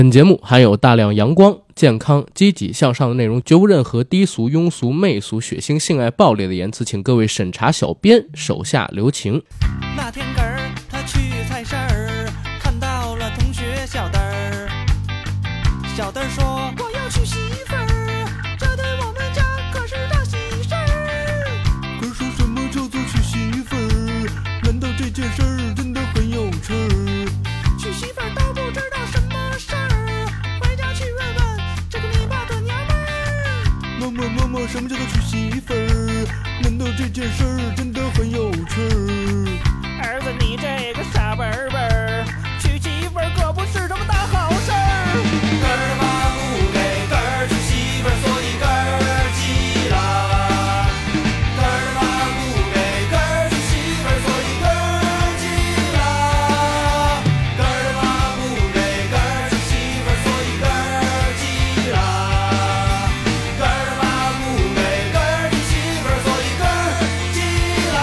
本节目含有大量阳光、健康、积极向上的内容，绝无任何低俗、庸俗、媚俗、血腥、性爱、暴力的言辞，请各位审查小编手下留情。 那天个儿他去菜市儿，看到了同学小灯儿。小灯儿说：“我要娶媳妇儿，这对我们家可是大喜事儿。”可说什么叫做娶媳妇儿？难道这件事儿真的很有趣儿？娶媳妇儿都不知道什么事儿，回家去问问这个你爸的娘们儿。妈妈，什么叫做娶媳妇儿？难道这件事儿真的很有趣儿？儿子，你这个傻笨笨，娶媳妇儿可不是什么大好事儿。根儿妈不给根儿娶媳妇儿，所以根儿急了。根儿妈不给根儿娶媳妇儿，所以根儿急了。根儿妈不给根儿娶媳妇儿，所以根儿急了。根儿妈不给根儿娶媳妇儿，所以根儿急了。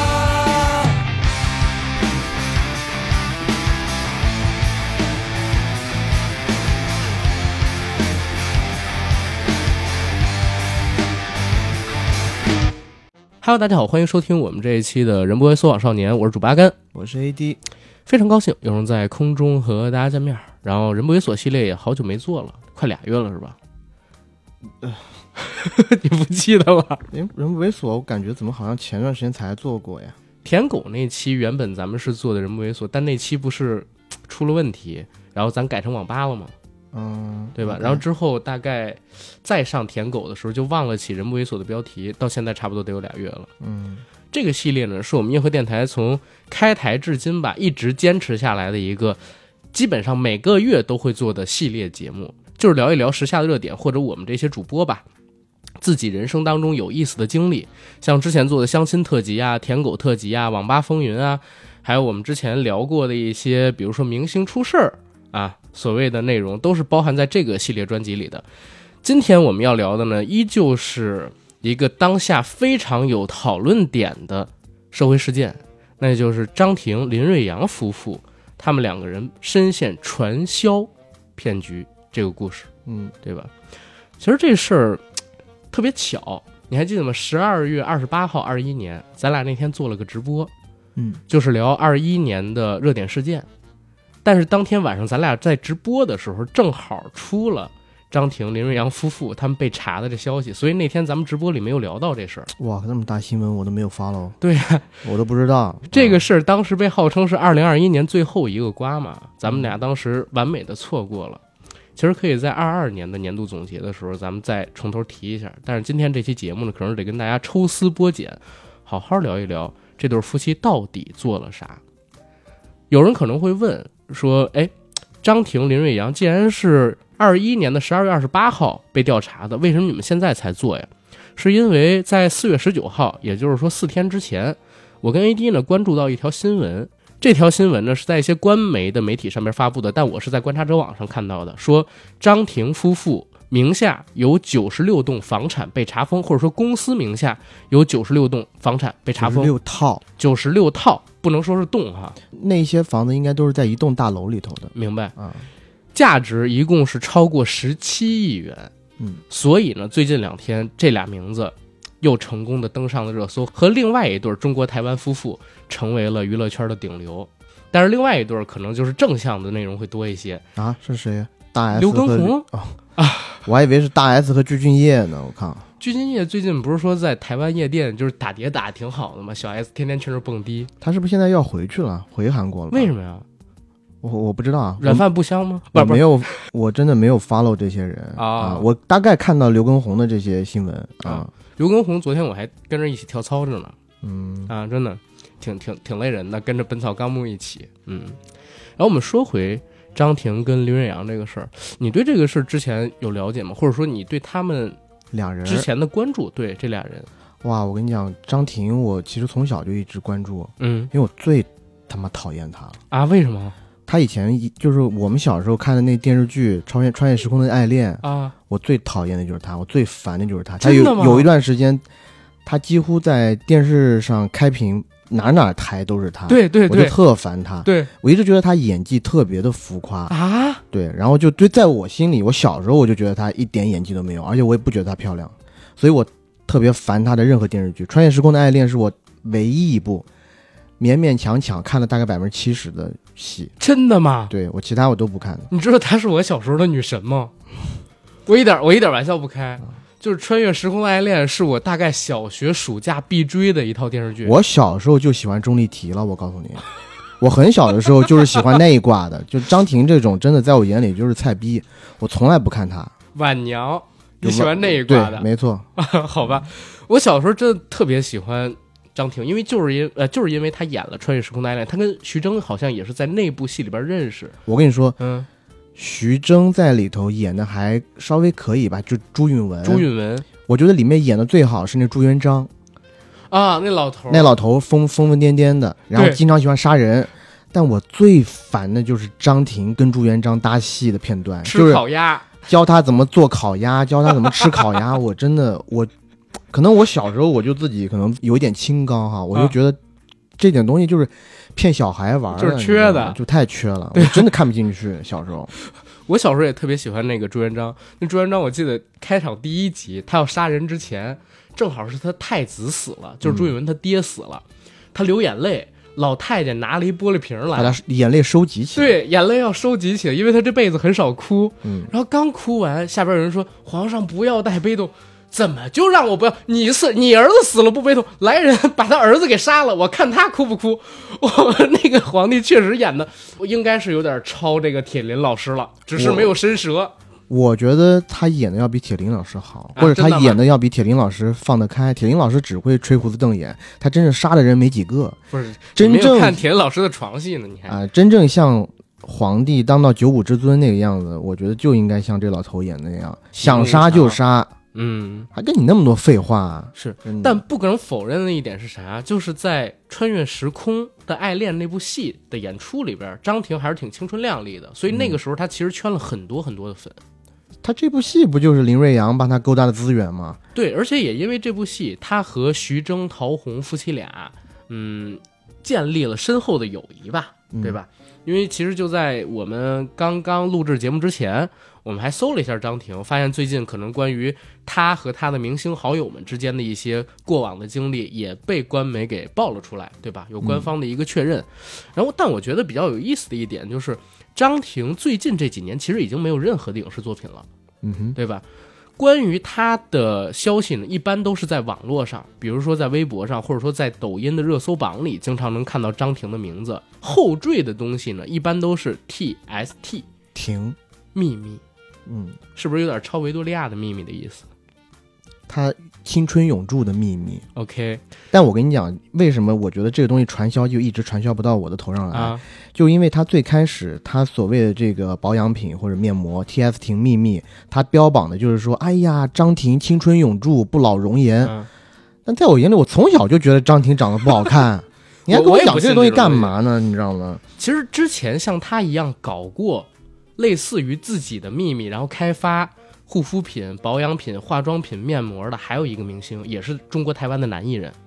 Hello， 大家好，欢迎收听我们这一期的人不为所往少年，我是主八竿， 我是 AD， 非常高兴有人在空中和大家见面。然后人不为所系列也好久没做了，快2月了是吧？你不记得了？ 人不猥琐，我感觉怎么好像前段时间才做过呀？ 舔狗那期原本咱们是做的人不猥琐，但那期不是出了问题，然后咱改成网吧了吗？对吧？然后之后大概再上舔狗的时候就忘了起人不猥琐的标题，到现在差不多得有2月了。这个系列呢是我们硬核电台从开台至今吧一直坚持下来的一个基本上每个月都会做的系列节目，就是聊一聊时下的热点，或者我们这些主播吧自己人生当中有意思的经历，像之前做的相亲特辑啊、舔狗特辑啊、网吧风云啊，还有我们之前聊过的一些比如说明星出事儿啊，所谓的内容都是包含在这个系列专辑里的。今天我们要聊的呢依旧是一个当下非常有讨论点的社会事件，那就是张庭、林瑞阳夫妇他们2个人深陷传销骗局这个故事，对吧？其实这事儿特别巧，你还记得吗？12月28号21年咱俩那天做了个直播，就是聊21年的热点事件。但是当天晚上咱俩在直播的时候正好出了张庭、林瑞阳夫妇他们被查的这消息，所以那天咱们直播里没有聊到这事儿。 哇，那么大新闻我都没有follow。 对呀， 我都不知道这个事儿当时被号称是2021年最后一个瓜嘛，咱们俩当时完美的错过了。其实可以在22年的年度总结的时候咱们再从头提一下，但是今天这期节目呢可能得跟大家抽丝剥茧，好好聊一聊这对夫妻到底做了啥。有人可能会问说，张庭、林瑞阳既然是21年的12月28号被调查的，为什么你们现在才做呀？是因为在4月19号，也就是说4天之前，我跟 AD 呢关注到一条新闻，这条新闻呢是在一些官媒的媒体上面发布的，但我是在观察者网上看到的，说张庭夫妇名下有96栋房产被查封，或者说公司名下有96栋房产被查封，96套，不能说是栋哈。 那些房子应该都是在一栋大楼里头的， 明白？价值一共是超过17亿元。所以呢，最近2天这俩名字又成功的登上了热搜，和另外一对中国台湾夫妇成为了娱乐圈的顶流。但是另外一对可能就是正向的内容会多一些啊。是谁？大 S 刘畊宏我还以为是大 S 和具俊晔呢。我靠， 具俊晔最近不是说在台湾夜店就是打碟打得挺好的吗？小 S 天天去那蹦迪。 他是不是现在要回去了？回韩国了？ 为什么呀？ 我不知道啊。 软饭不香吗？ 没有，我真的没有 follow 这些人啊。我大概看到刘畊宏的这些新闻啊。 刘畊宏昨天我还跟着一起跳操着呢。真的挺累人的，跟着本草纲目一起。然后我们说回张庭跟林瑞阳这个事儿，你对这个事之前有了解吗？或者说你对他们俩人之前的关注？对这俩人， 哇，我跟你讲，张庭我其实从小就一直关注，因为我最他妈讨厌他了啊！为什么？ 他以前就是我们小时候看的那电视剧《穿越时空的爱恋》啊，我最讨厌的就是他，我最烦的就是他。他有一段时间，他几乎在电视上开屏哪抬都是他， 对对对， 我就特烦他。 对， 我一直觉得他演技特别的浮夸啊。 对，然后就对，在我心里，我小时候我就觉得他一点演技都没有，而且我也不觉得她漂亮，所以我特别烦她的任何电视剧。《穿越时空的爱恋》是我唯一一部勉勉强强看了大概70%的戏。 真的吗？ 对，我其他我都不看的。 你知道她是我小时候的女神吗？我一点玩笑不开。就是《穿越时空的爱恋》是我大概小学暑假必追的一套电视剧。 我小时候就喜欢钟丽缇了，我告诉你，我很小的时候就是喜欢那一挂的，就张庭这种真的在我眼里就是菜逼，我从来不看她。 晚娘，你喜欢那一挂的？ 对，没错。 好吧，我小时候真的特别喜欢张庭，因为就是因为她演了《穿越时空的爱恋》，她跟徐峥好像也是在那部戏里边认识。 我跟你说，徐峥在里头演的还稍微可以吧，就朱允文，我觉得里面演的最好是那朱元璋啊，那老头疯癫癫的，然后经常喜欢杀人。但我最烦的就是张庭跟朱元璋搭戏的片段， 吃烤鸭， 就是教他怎么做烤鸭，教他怎么吃烤鸭。我真的，可能我小时候我就自己可能有一点清高哈，我就觉得这点东西就是骗小孩玩的， 就是缺的， 就太缺了，我真的看不进去。小时候， 我小时候也特别喜欢那个朱元璋。那朱元璋，我记得开场第1集，他要杀人之前，正好是他太子死了，就是朱允文他爹死了，他流眼泪，老太监拿了一玻璃瓶来， 把他眼泪收集起来。 对，眼泪要收集起来，因为他这辈子很少哭。然后刚哭完，下边有人说：“皇上不要太悲痛。”怎么就让我不要？你儿子死了不悲痛，来人把他儿子给杀了，我看他哭不哭。我那个皇帝确实演的，我应该是有点抄这个铁林老师了，只是没有伸舌。 我觉得他演的要比铁林老师好，或者他演的要比铁林老师放得开。铁林老师只会吹胡子瞪眼，他真正杀的人没几个。 不是真正看铁林老师的床戏呢？你看真正像皇帝当到95之尊那个样子，我觉得就应该像这老头演的那样，想杀就杀。还跟你那么多废话是，但不可能否认的一点是啥？就是在《穿越时空的爱恋》那部戏的演出里边，张庭还是挺青春靓丽的，所以那个时候他其实圈了很多很多的粉。 他这部戏不就是林瑞阳帮他勾搭的资源吗？ 对，而且也因为这部戏，他和徐峥、陶虹夫妻俩，建立了深厚的友谊吧，对吧？因为其实就在我们刚刚录制节目之前，我们还搜了一下张庭，发现最近可能关于他和他的明星好友们之间的一些过往的经历也被官媒给爆了出来，对吧？有官方的一个确认。然后，但我觉得比较有意思的一点就是，张庭最近这几年其实已经没有任何的影视作品了，对吧？关于他的消息呢，一般都是在网络上，比如说在微博上，或者说在抖音的热搜榜里，经常能看到张庭的名字。后缀的东西呢，一般都是 TST 庭秘密，是不是有点超维多利亚的秘密的意思？ 他青春永驻的秘密。 OK， 但我跟你讲，为什么我觉得这个东西传销就一直传销不到我的头上来就因为他最开始他所谓的这个保养品或者面膜 TS 庭秘密，他标榜的就是说，哎呀，张庭青春永驻，不老容颜。但在我眼里，我从小就觉得张庭长得不好看你还跟我讲这个东西干嘛呢？你知道吗？ 其实之前像他一样搞过类似于自己的秘密，然后开发护肤品、保养品、化妆品、面膜的，还有一个明星，也是中国台湾的男艺人。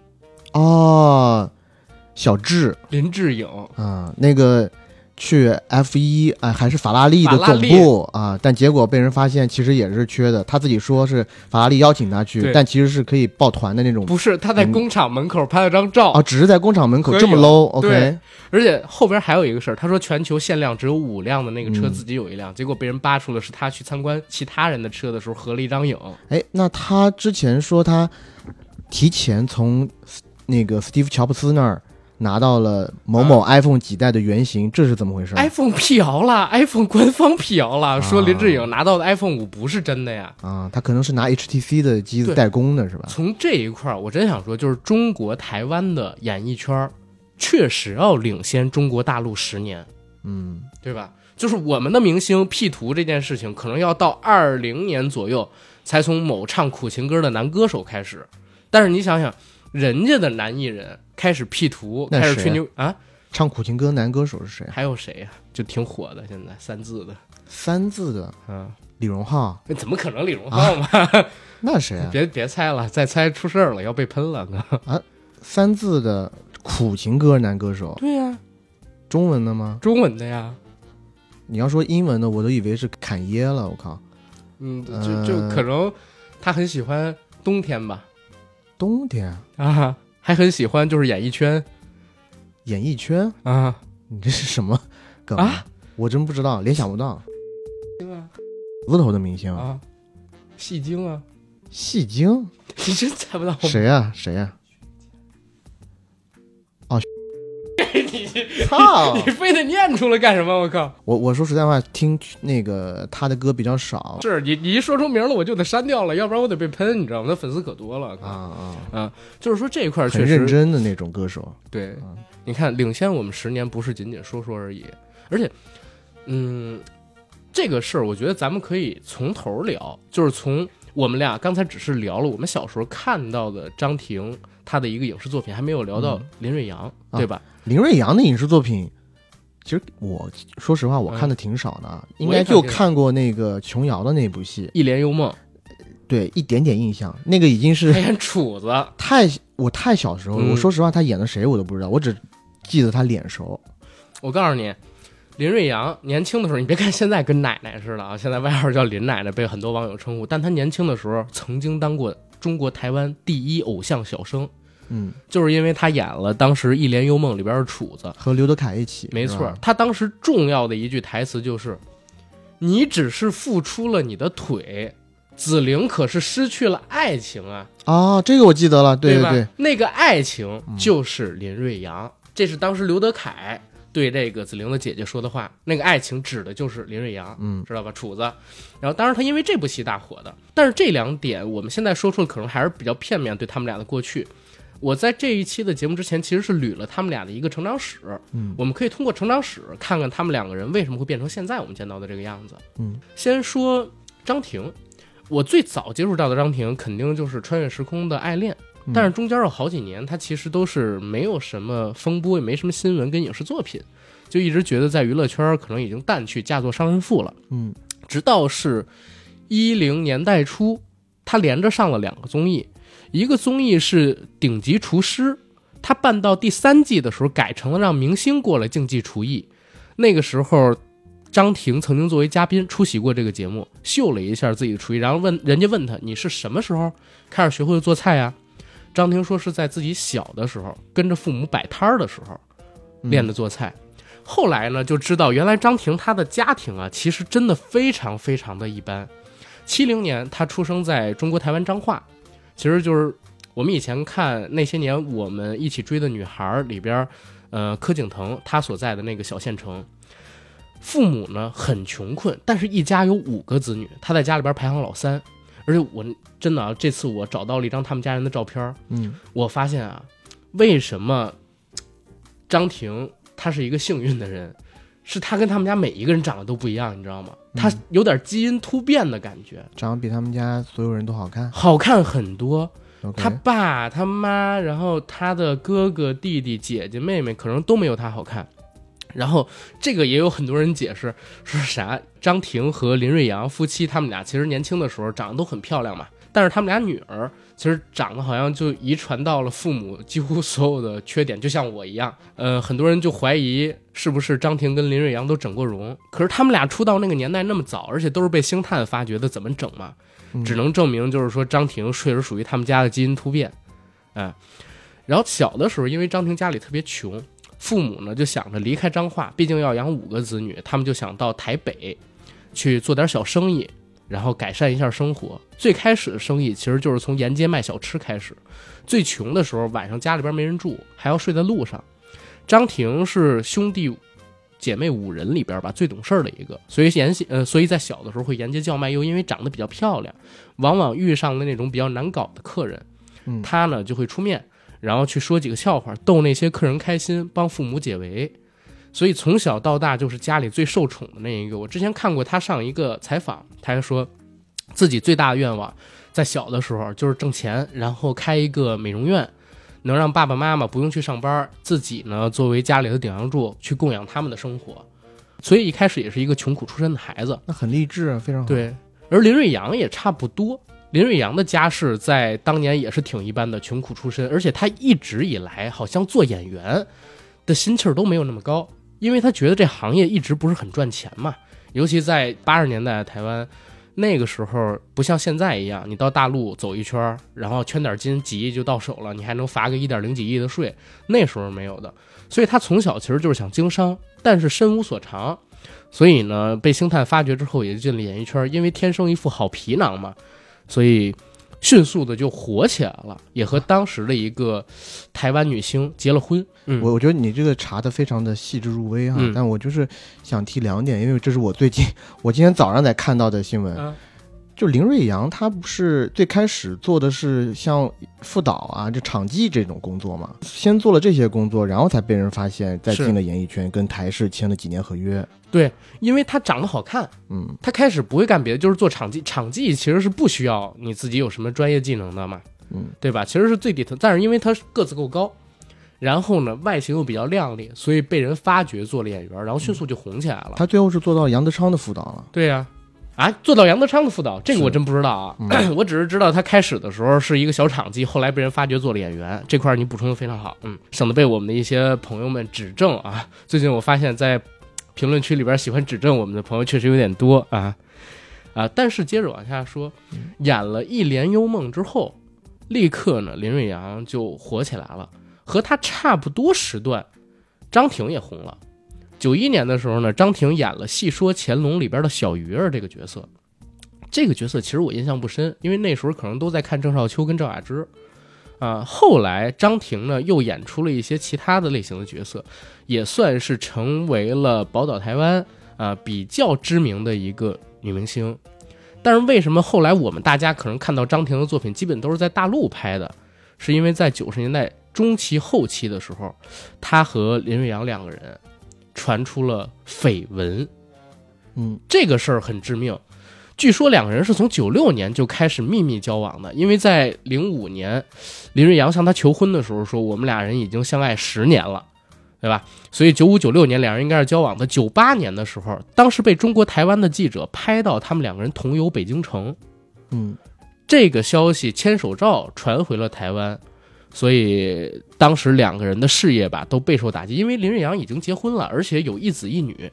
小智， 林志颖那个去 F1 还是法拉利的总部但结果被人发现其实也是缺的。他自己说是法拉利邀请他去，但其实是可以抱团的那种。 不是，他在工厂门口拍了张照只是在工厂门口，这么 low。 OK， 而且后边还有一个事儿，他说全球限量只有5辆的那个车自己有一辆，结果被人扒出了是他去参观其他人的车的时候合了一张影。 那他之前说他提前从那个史蒂夫乔布斯那儿拿到了某某 iPhone 几代的原型，这是怎么回事？ iPhone 辟谣了， iPhone 官方辟谣了，说林志颖拿到的 iPhone 5不是真的呀。 他可能是拿 HTC 的机子代工的是吧？ 从这一块我真想说，就是中国台湾的演艺圈确实要领先中国大陆10年，对吧？就是我们的明星 P 图这件事情，可能要到20年左右才从某唱苦情歌的男歌手开始，但是你想想，人家的男艺人开始 P 图，开始吹牛唱苦情歌男歌手是谁？ 还有谁呀？就挺火的，现在3字的， 李荣浩？ 怎么可能李荣浩嘛？ 那谁啊？ 别猜了，再猜出事儿了，要被喷了。 3字的苦情歌男歌手。 对呀， 中文的吗？ 中文的呀。 你要说英文的，我都以为是侃耶了。我靠， 就可能他很喜欢冬天吧。 冬天啊，还很喜欢就是演艺圈。 演艺圈啊， 你这是什么梗啊？我真不知道，联想不到。字头的明星啊，戏精啊， 戏精， 你真猜不到吗？ 谁呀？谁呀？哦， 你操！ 你非得念出来干什么？我靠！ 我说实在话，听那个他的歌比较少。 是你一说出名了，我就得删掉了，要不然我得被喷，你知道吗？他粉丝可多了就是说这一块确实很认真的那种歌手。 对，你看领先我们10年，不是仅仅说说而已，而且，这个事儿，我觉得咱们可以从头聊，就是从我们俩刚才只是聊了我们小时候看到的张庭他的一个影视作品，还没有聊到林瑞阳，对吧？ 林瑞阳的影视作品，其实我说实话，我看的挺少的，应该就看过那个琼瑶的那部戏《 一帘幽梦》。 对，一点点印象，那个已经是他演楚子， 我太小时候了，我说实话，他演的谁我都不知道，我只记得他脸熟。 我告诉你，林瑞阳年轻的时候，你别看现在跟奶奶似的啊，现在外号叫林奶奶，被很多网友称呼，但他年轻的时候曾经当过中国台湾第1偶像小生。就是因为他演了当时《一帘幽梦》里边的楚子， 和刘德凯一起。 没错，他当时重要的一句台词就是：“你只是付出了你的腿，子玲可是失去了爱情啊！” 啊，这个我记得了，对对，那个爱情就是林瑞阳，这是当时刘德凯对这个子玲的姐姐说的话，那个爱情指的就是林瑞阳，知道吧？楚子。然后当然他因为这部戏大火的，但是这2点我们现在说出的可能还是比较片面，对他们俩的过去。我在这一期的节目之前其实是捋了他们俩的一个成长史，我们可以通过成长史看看他们2个人为什么会变成现在我们见到的这个样子。先说张庭，我最早接触到的张庭肯定就是穿越时空的爱恋，但是中间有好几年他其实都是没有什么风波，也没什么新闻跟影视作品，就一直觉得在娱乐圈可能已经淡去，嫁作商人妇了。直到是10年代初，他连着上了2个综艺，一个综艺是顶级厨师，他办到第3季的时候改成了让明星过来竞技厨艺。那个时候张庭曾经作为嘉宾出席过这个节目，秀了一下自己的厨艺，然后人家问他你是什么时候开始学会做菜呀？张庭说是在自己小的时候跟着父母摆摊的时候练的做菜。后来呢就知道原来张庭他的家庭啊其实真的非常非常的一般。70年他出生在中国台湾彰化，其实就是我们以前看那些年我们一起追的女孩里边柯景腾他所在的那个小县城。父母呢很穷困，但是一家有5个子女，他在家里边排行老3。而且我真的这次我找到了一张他们家人的照片，我发现啊，为什么张庭他是一个幸运的人，是他跟他们家每一个人长得都不一样，你知道吗？他有点基因突变的感觉， 长得比他们家所有人都好看， 好看很多。 Okay. 他爸他妈，然后他的哥哥弟弟姐姐妹妹可能都没有他好看。然后这个也有很多人解释说啥，张庭和林瑞阳夫妻他们俩其实年轻的时候长得都很漂亮嘛，但是他们俩女儿其实长得好像就遗传到了父母几乎所有的缺点，就像我一样。很多人就怀疑是不是张庭跟林瑞阳都整过容，可是他们俩出道那个年代那么早，而且都是被星探发掘的，怎么整嘛？只能证明就是说张庭确实属于他们家的基因突变。然后小的时候因为张庭家里特别穷，父母呢就想着离开彰化，毕竟要养5个子女，他们就想到台北去做点小生意，然后改善一下生活。最开始的生意其实就是从沿街卖小吃开始，最穷的时候晚上家里边没人住，还要睡在路上。张庭是兄弟姐妹5人里边吧最懂事的一个，所以在小的时候会沿街叫卖，又因为长得比较漂亮，往往遇上了那种比较难搞的客人，他呢就会出面，然后去说几个笑话逗那些客人开心，帮父母解围。所以从小到大就是家里最受宠的那一个。我之前看过他上一个采访，他还说自己最大的愿望在小的时候就是挣钱，然后开一个美容院，能让爸爸妈妈不用去上班，自己呢作为家里的顶梁柱去供养他们的生活。所以一开始也是一个穷苦出身的孩子， 那很励志啊，非常好。 对，而林瑞阳也差不多， 林瑞阳的家世在当年也是挺一般的，穷苦出身，而且他一直以来好像做演员的心气儿都没有那么高，因为他觉得这行业一直不是很赚钱嘛，尤其在80年代的台湾，那个时候不像现在一样，你到大陆走一圈，然后圈点金几亿就到手了，你还能罚个1.0几亿的税，那时候没有的。所以他从小其实就是想经商，但是身无所长，所以呢被星探发掘之后也就进了演艺圈，因为天生一副好皮囊嘛，所以迅速的就火起来了，也和当时的一个台湾女星结了婚。 我觉得你这个查的非常的细致入微哈，但我就是想提2点，因为这是我今天早上才看到的新闻。就林瑞阳他不是最开始做的是像副导啊这场记这种工作嘛，先做了这些工作，然后才被人发现再进了演艺圈，跟台视签了几年合约。 对，因为他长得好看，他开始不会干别的，就是做场记。场记其实是不需要你自己有什么专业技能的嘛，对吧？其实是最底层，但是因为他个子够高，然后呢外形又比较靓丽，所以被人发掘做了演员，然后迅速就红起来了。 他最后是做到杨德昌的副导了。 对呀。做到杨德昌的副导，这个我真不知道啊。我只是知道他开始的时候是一个小场记，后来被人发掘做了演员。这块你补充的非常好，省得被我们的一些朋友们指正啊。最近我发现，在评论区里边喜欢指正我们的朋友确实有点多啊。但是接着往下说，演了一帘幽梦之后，立刻呢林瑞阳就火起来了，和他差不多时段，张庭也红了。91年的时候呢，张庭演了《戏说乾隆》里边的小鱼儿这个角色。这个角色其实我印象不深，因为那时候可能都在看郑少秋跟赵雅芝。后来张庭呢又演出了一些其他的类型的角色，也算是成为了宝岛台湾比较知名的一个女明星。但是为什么后来我们大家可能看到张庭的作品基本都是在大陆拍的，是因为在90年代中期后期的时候，她和林瑞阳2个人传出了绯闻。这个事儿很致命。据说2个人是从96年就开始秘密交往的，因为在05年林瑞阳向他求婚的时候说我们俩人已经相爱10年了，对吧？所以95、96年2人应该是交往的。98年的时候，当时被中国台湾的记者拍到他们2个人同游北京城。这个消息牵手照传回了台湾，所以当时2个人的事业吧都备受打击，因为林瑞阳已经结婚了，而且有1子1女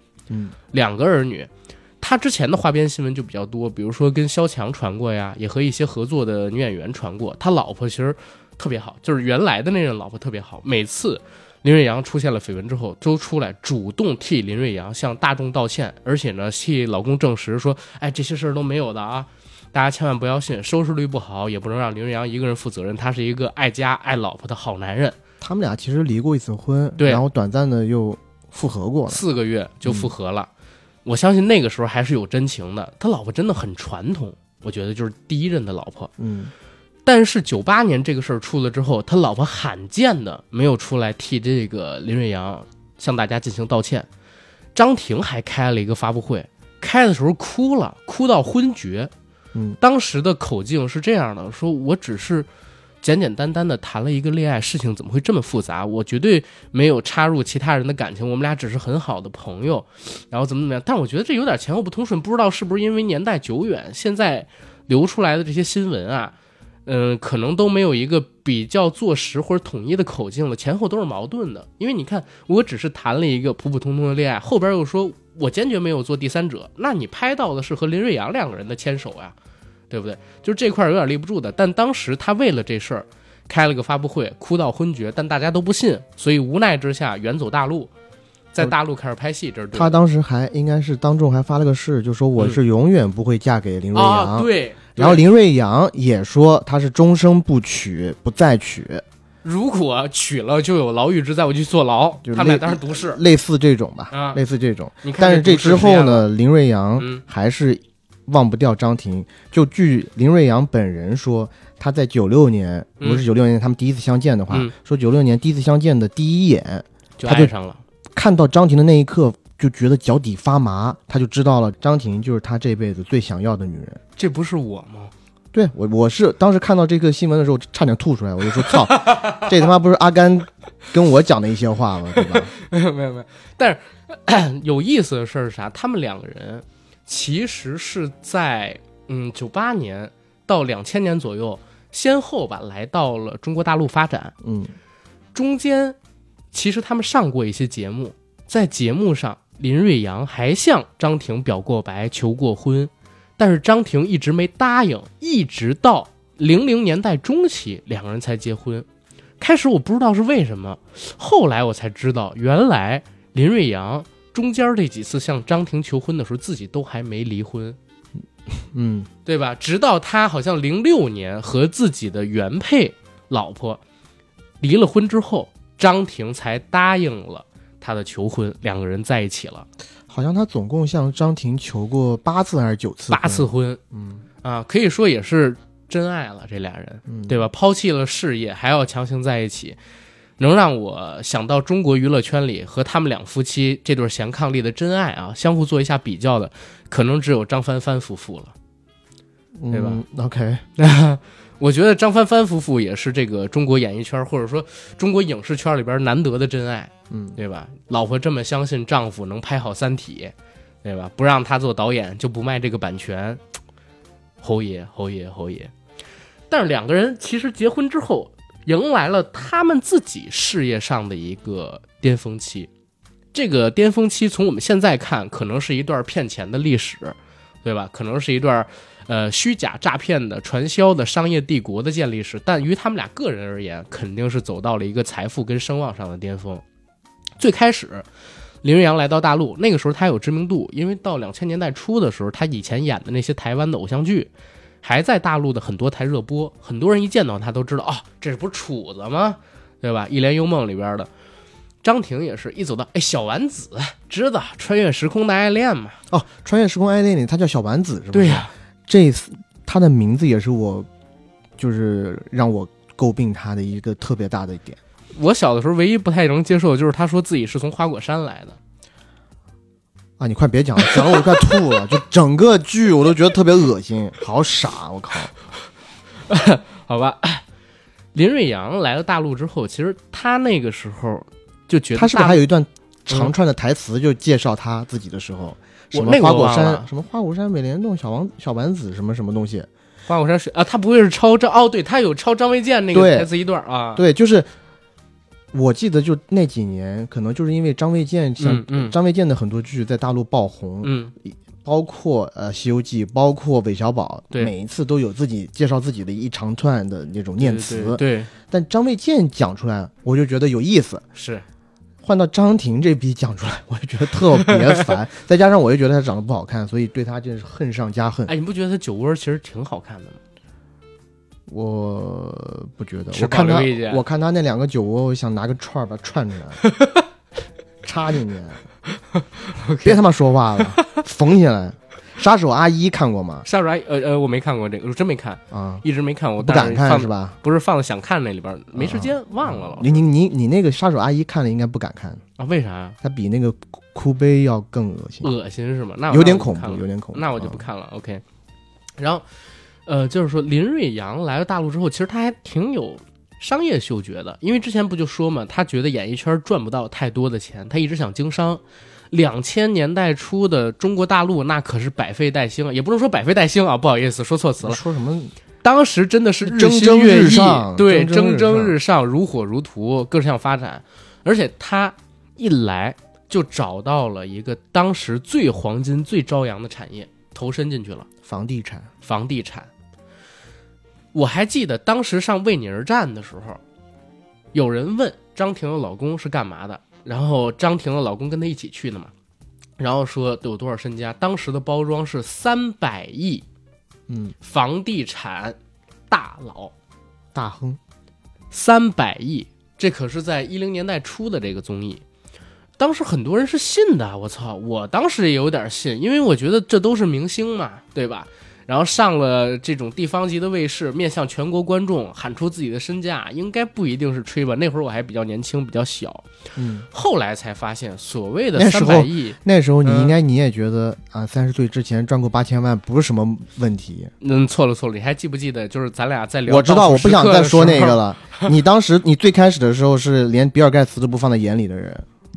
，2个儿女。他之前的花边新闻就比较多，比如说跟萧蔷传过呀，也和一些合作的女演员传过。他老婆其实特别好，就是原来的那任老婆特别好，每次林瑞阳出现了绯闻之后都出来主动替林瑞阳向大众道歉，而且呢替老公证实说这些事儿都没有的啊，大家千万不要信，收视率不好也不能让林瑞阳一个人负责任，他是一个爱家爱老婆的好男人。 他们俩其实离过1次婚， 对， 然后短暂的又复合过了 ，4个月就复合了。我相信那个时候还是有真情的，他老婆真的很传统，我觉得就是第1任的老婆。但是98年这个事儿出了之后，他老婆罕见的没有出来替这个林瑞阳向大家进行道歉。张庭还开了一个发布会，开的时候哭了，哭到昏厥。当时的口径是这样的，说我只是简简单单的谈了一个恋爱，事情怎么会这么复杂？我绝对没有插入其他人的感情，我们俩只是很好的朋友，然后怎么样？但我觉得这有点前后不通顺，不知道是不是因为年代久远，现在流出来的这些新闻啊，可能都没有一个比较坐实或者统一的口径了，前后都是矛盾的。因为你看，我只是谈了一个普普通通的恋爱，后边又说我坚决没有做第三者，那你拍到的是和林瑞阳2个人的牵手呀，对不对？就是这块有点立不住的。但当时他为了这事儿开了个发布会，哭到昏厥，但大家都不信，所以无奈之下远走大陆，在大陆开始拍戏。这是对的。 他当时还应该是当众还发了个誓，就说我是永远不会嫁给林瑞阳。 对。 然后林瑞阳也说他是终生不娶，不再娶。 如果娶了就有牢狱之灾，我就去坐牢。 就是他们俩当时毒誓， 类似这种吧，类似这种。但是这之后呢，林瑞阳还是忘不掉张庭。就据林瑞阳本人说，他在96年，如果是96年他们第一次相见的话，说96年第一次相见的第一眼就爱上了， 看到张庭的那一刻就觉得脚底发麻，他就知道了张庭就是他这辈子最想要的女人。 这不是我吗？ 对，我是当时看到这个新闻的时候差点吐出来，我就说操，这他妈不是阿甘跟我讲的一些话吗？对吧？ 没有。但是有意思的事是啥？他们2个人其实是在98年到2000年左右，先后吧来到了中国大陆发展。中间其实他们上过一些节目，在节目上林瑞阳还向张庭表过白，求过婚，但是张庭一直没答应，一直到00年代中期两个人才结婚。开始我不知道是为什么，后来我才知道，原来林瑞阳中间这几次向张庭求婚的时候，自己都还没离婚，对吧？直到他好像06年和自己的原配老婆离了婚之后，张庭才答应了他的求婚，两个人在一起了。 好像他总共向张庭求过8次还是9次 ？8次婚，可以说也是真爱了，这俩人，对吧？抛弃了事业，还要强行在一起，能让我想到中国娱乐圈里和他们两夫妻这对贤伉俪的真爱啊，相互做一下比较的，可能只有张帆帆夫妇了，对吧 ？OK， 我觉得张帆帆夫妇也是这个中国演艺圈或者说中国影视圈里边难得的真爱，对吧？老婆这么相信丈夫能拍好《三体》，对吧？不让他做导演就不卖这个版权，侯爷。但是两个人其实结婚之后，迎来了他们自己事业上的一个巅峰期。这个巅峰期从我们现在看，可能是一段骗钱的历史，对吧？可能是一段虚假诈骗的传销的商业帝国的建立史，但于他们俩个人而言，肯定是走到了一个财富跟声望上的巅峰。最开始林瑞阳来到大陆，那个时候他有知名度，因为到2000年代初的时候，他以前演的那些台湾的偶像剧还在大陆的很多台热播，很多人一见到他都知道，这不是楚子吗？对吧？一帘幽梦里边的张庭也是一走到，小丸子知道穿越时空的爱恋嘛？ 穿越时空爱恋里他叫小丸子是吧？ 对呀， 这次他的名字也是我就是让我诟病他的一个特别大的一点。 我小的时候唯一不太能接受的就是他说自己是从花果山来的。 你快别讲了，讲了我快吐了。就整个剧我都觉得特别恶心，好傻，我靠。 好吧，林瑞阳来了大陆之后，其实他那个时候就觉得他是不是还有一段长串的台词，就介绍他自己的时候，什么花果山，什么花果山美莲洞小丸子什么什么东西， 花果山水啊，他不会是抄张对，他有抄张卫健那个台词一段啊， 对，就是我记得就那几年，可能就是因为张卫健，张卫健的很多剧在大陆爆红，包括西游记，包括韦小宝，每一次都有自己介绍自己的一长串的那种念词， 对， 但张卫健讲出来，我就觉得有意思， 是。 换到张庭这笔讲出来，我就觉得特别烦，再加上我又觉得他长得不好看，所以对他真是恨上加恨。 你不觉得他酒窝其实挺好看的吗？ 我不觉得，我看他那2个酒窝，我想拿个串把它串出来，插进去，别他妈说话了，缝起来。杀手阿姨看过吗？ 杀手阿姨，我没看过这个，我真没看啊， 一直没看。我不敢看是吧？ 不是放在想看那里边，没时间，忘了。 你那个杀手阿姨看了应该不敢看啊？为啥呀？ 它比那个哭悲要更恶心。 恶心是吗？那有点恐怖，有点恐怖。 那我就不看了。OK。然后，就是说林瑞阳来了大陆之后，其实他还挺有商业嗅觉的，因为之前不就说嘛，他觉得演艺圈赚不到太多的钱，他一直想经商。2000年代初的中国大陆那可是百废待兴，也不能说百废待兴啊，不好意思说错词了。 说什么？ 当时真的是日新月异，对，蒸蒸日上，如火如荼，各项发展。而且他一来就找到了一个当时最黄金、最朝阳的产业，投身进去了。房地产。我还记得当时上《为你而战》的时候，有人问张庭的老公是干嘛的。然后张庭的老公跟他一起去的嘛，然后说有多少身家，当时的包装是300亿，房地产大佬大亨 ，300亿，这可是在10年代初的这个综艺，当时很多人是信的，我操，我当时也有点信，因为我觉得这都是明星嘛，对吧？然后上了这种地方级的卫视，面向全国观众喊出自己的身价，应该不一定是吹吧？那会儿我还比较年轻，比较小。后来才发现，所谓的300亿， 那时候你也觉得啊，30岁之前赚过8000万不是什么问题。 错了，你还记不记得？就是咱俩在聊， 我知道，我不想再说那个了。你当时你最开始的时候是连比尔盖茨都不放在眼里的人。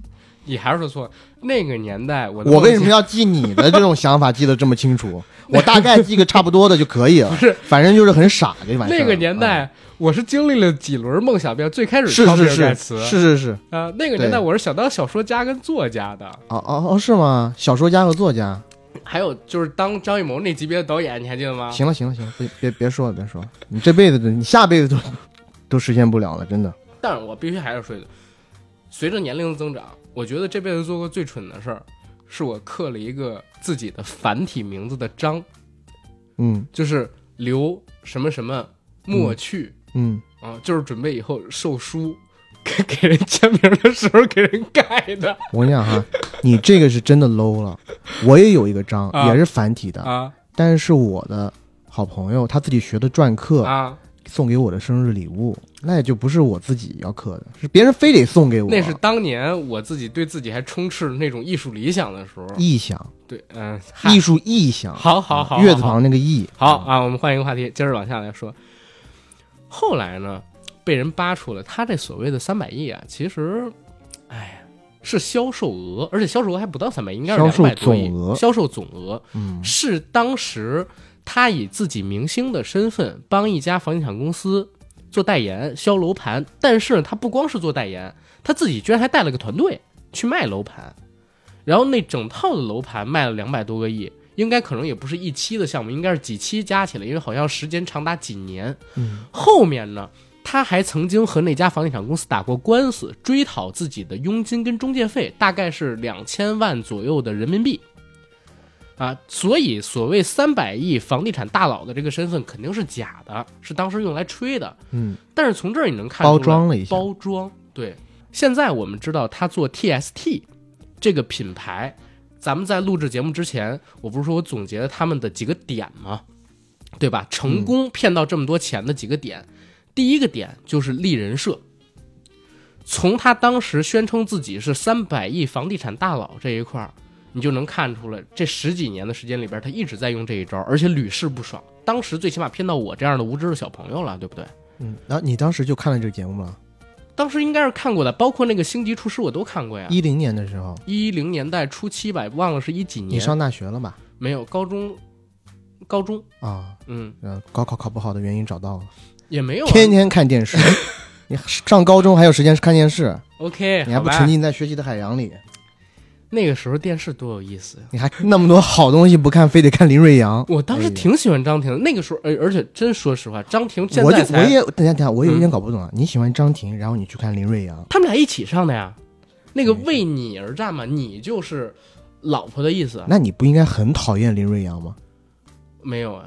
你还是说错。那个年代我为什么要记你的这种想法记得这么清楚？我大概记个差不多的就可以了。 不是， 反正就是很傻这玩意儿。 那个年代，我是经历了几轮梦想变，最开始是那个年代我是想当小说家跟作家的。 是吗？小说家和作家。 还有就是当张艺谋那级别的导演，你还记得吗？ 行了，别说了，你这辈子你下辈子都实现不了了，真的。 但是我必须还是说一句，随着年龄的增长，我觉得这辈子做过最蠢的事儿，是我刻了一个自己的繁体名字的章，就是刘什么什么莫去，就是准备以后售书给人签名的时候给人盖的。 我跟你讲哈，你这个是真的 low 了。我也有一个章，也是繁体的，但是我的好朋友他自己学的篆刻送给我的生日礼物，那也就不是我自己要刻的，是别人非得送给我。 那是当年我自己对自己还充斥那种艺术理想的时候。 臆想， 对， 艺术臆想。 好， 月字旁那个艺。 好啊，我们换一个话题，接着往下来说。后来呢，被人扒出了他这所谓的300亿啊，其实，是销售额，而且销售额还不到300亿，应该是200多亿。销售总额，是当时他以自己明星的身份帮一家房地产公司做代言销楼盘，但是他不光是做代言，他自己居然还带了个团队去卖楼盘，然后那整套的楼盘卖了200多个亿，应该可能也不是一期的项目，应该是几期加起来，因为好像时间长达几年。后面呢，他还曾经和那家房地产公司打过官司，追讨自己的佣金跟中介费，大概是2000万左右的人民币。所以所谓300亿房地产大佬的这个身份肯定是假的，是当时用来吹的。但是从这儿你能看出来包装了一下， 包装。对，现在我们知道他做 TST 这个品牌，咱们在录制节目之前，我不是说我总结了他们的几个点吗？对吧？成功骗到这么多钱的几个点，第一个点就是立人设。从他当时宣称自己是300亿房地产大佬这一块，你就能看出来，这10几年的时间里边，他一直在用这一招，而且屡试不爽。当时最起码骗到我这样的无知的小朋友了，对不对？ 然后你当时就看了这个节目吗？ 当时应该是看过的，包括那个星级厨师我都看过呀。 10年的时候 ，10年代初期吧，忘了是几年。 你上大学了吧？ 没有，高中啊， 高考考不好的原因找到了， 也没有天天看电视。你上高中还有时间看电视 ？OK， 你还不沉浸在学习的海洋里？ 那个时候电视多有意思， 你还那么多好东西不看，非得看林瑞阳。 我当时挺喜欢张庭的，那个时候，而且真说实话，张庭现在等一下，我有点搞不懂了。你喜欢张庭，然后你去看林瑞阳， 他们俩一起上的呀？那个为你而战嘛，你就是老婆的意思。 那你不应该很讨厌林瑞阳吗？ 没有啊，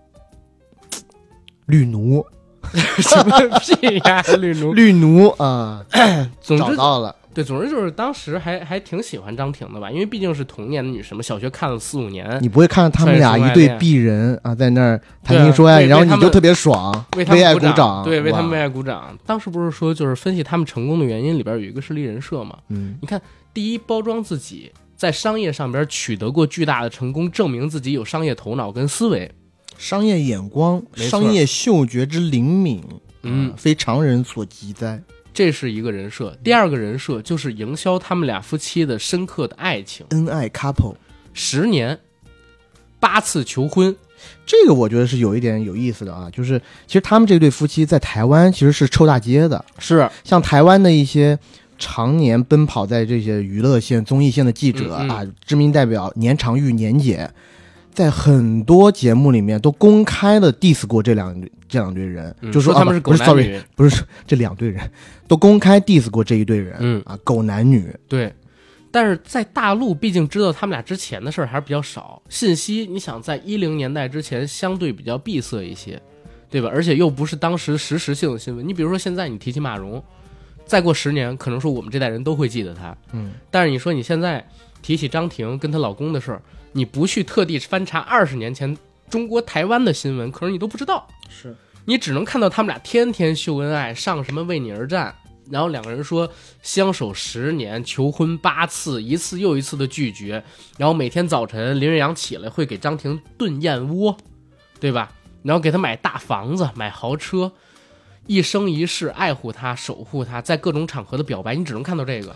绿奴。 什么屁呀， 绿奴啊！ 总之找到了。 对，总之就是当时还挺喜欢张庭的吧，因为毕竟是童年的女神嘛，小学看了4-5年。 你不会看到他们俩一对璧人啊，在那儿谈情说爱，然后你就特别爽，为爱鼓掌。 对，为他们为爱鼓掌。当时不是说就是分析他们成功的原因里边有一个是立人设嘛？你看，第一，包装自己在商业上边取得过巨大的成功，证明自己有商业头脑跟思维。 商业眼光，商业嗅觉之灵敏，非常人所及哉。 这是一个人设。第二个人设就是营销他们俩夫妻的深刻的爱情， 恩爱 couple， 10年8次求婚。 这个我觉得是有一点有意思的啊，就是其实他们这对夫妻在台湾其实是臭大街的， 是像台湾的一些常年奔跑在这些娱乐线、综艺线的记者啊，知名代表年长玉、年姐。在很多节目里面都公开的 diss 过这两对人，就说他们是狗男女， 不是这2对人都公开 diss 过这一对人，狗男女。 对，但是在大陆毕竟知道他们俩之前的事儿还是比较少，信息你想在10年代之前相对比较闭塞一些，对吧？而且又不是当时实时性的新闻。你比如说现在你提起马蓉，再过10年可能说我们这代人都会记得他，但是你说你现在提起张庭跟她老公的事儿，你不去特地翻查20年前中国台湾的新闻，可能你都不知道。 是你只能看到他们俩天天秀恩爱，上什么为你而战，然后2个人说相守10年，求婚8次，一次又一次的拒绝，然后每天早晨林瑞阳起来会给张庭炖燕窝，对吧？然后给他买大房子，买豪车，一生一世爱护他，守护他，在各种场合的表白，你只能看到这个。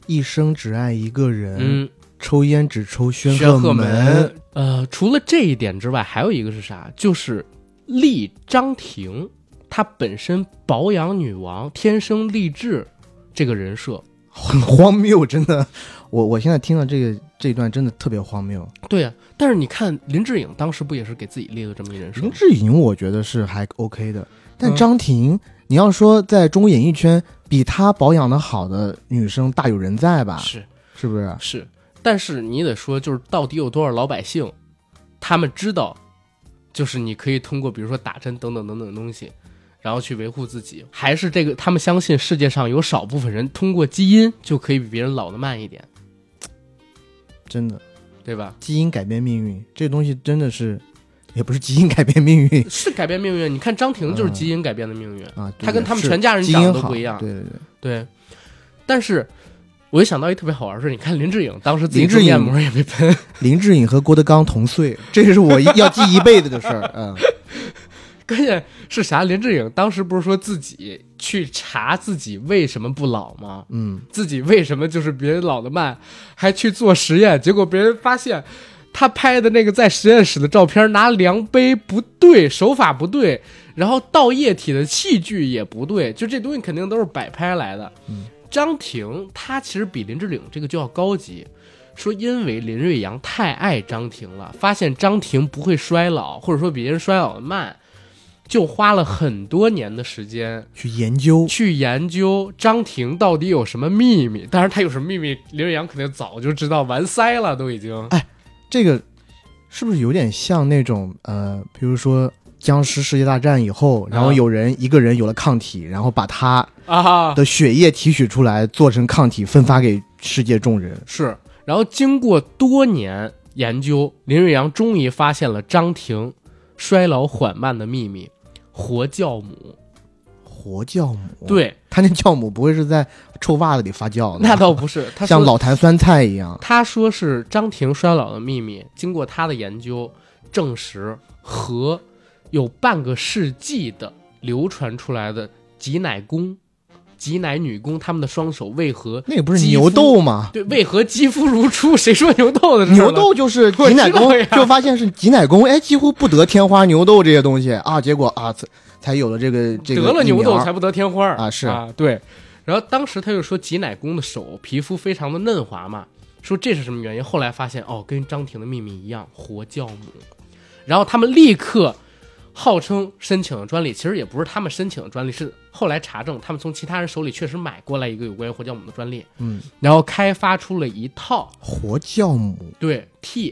一生只爱一个人，抽烟只抽宣赫门。除了这一点之外，还有一个是啥？就是立张庭，她本身保养女王，天生丽质这个人设很荒谬，真的。我现在听了这一段真的特别荒谬。 对啊，但是你看林志颖当时不也是给自己立了这么一人设？ 林志颖我觉得是还 OK 的，但张庭，你要说在中国演艺圈比她保养的好的女生大有人在吧？是不是？ 是。但是你得说，就是到底有多少老百姓，他们知道，就是你可以通过比如说打针等等等等的东西，然后去维护自己，还是这个他们相信世界上有少部分人通过基因就可以比别人老得慢一点， 真的， 对吧？ 基因改变命运，这东西真的是，也不是基因改变命运， 是改变命运。你看张庭就是基因改变的命运啊，他跟他们全家人长得都不一样，对。但是我一想到一特别好玩的事，你看林志颖当时自己做面膜也被喷， 林志颖和郭德纲同岁，这是我要记一辈子的事儿。 关键是啥？林志颖当时不是说自己去查自己为什么不老吗？自己为什么就是别人老得慢，还去做实验，结果别人发现他拍的那个在实验室的照片，拿量杯不对，手法不对，然后倒液体的器具也不对，就这东西肯定都是摆拍来的。张庭他其实比林志颖这个就要高级，说因为林瑞阳太爱张庭了，发现张庭不会衰老，或者说比别人衰老的慢，就花了很多年的时间去研究张庭到底有什么秘密。当然他有什么秘密，林瑞阳肯定早就知道，完塞了都已经。 哎，这个是不是有点像那种比如说僵尸世界大战以后，然后一个人有了抗体，然后把他的血液提取出来做成抗体分发给世界众人。 是，然后经过多年研究，林瑞阳终于发现了张庭衰老缓慢的秘密，活酵母。 对，他那酵母不会是在臭袜子里发酵的？ 那倒不是，他像老坛酸菜一样。 他说是张庭衰老的秘密，经过他的研究证实，和有半个世纪的流传出来的挤奶女工他们的双手为何那个不是牛痘吗？ 对，为何肌肤如初？谁说牛痘的？ 牛痘就是挤奶工，就发现是挤奶工，哎，几乎不得天花、牛痘这些东西啊，结果啊才有了这个得了牛痘才不得天花啊，是啊，对。然后当时他就说挤奶工的手皮肤非常的嫩滑嘛，说这是什么原因？后来发现跟张庭的秘密一样，活酵母。然后他们立刻号称申请了专利，其实也不是他们申请的专利，是后来查证他们从其他人手里确实买过来一个有关于活酵母的专利，然后开发出了一套活酵母， 对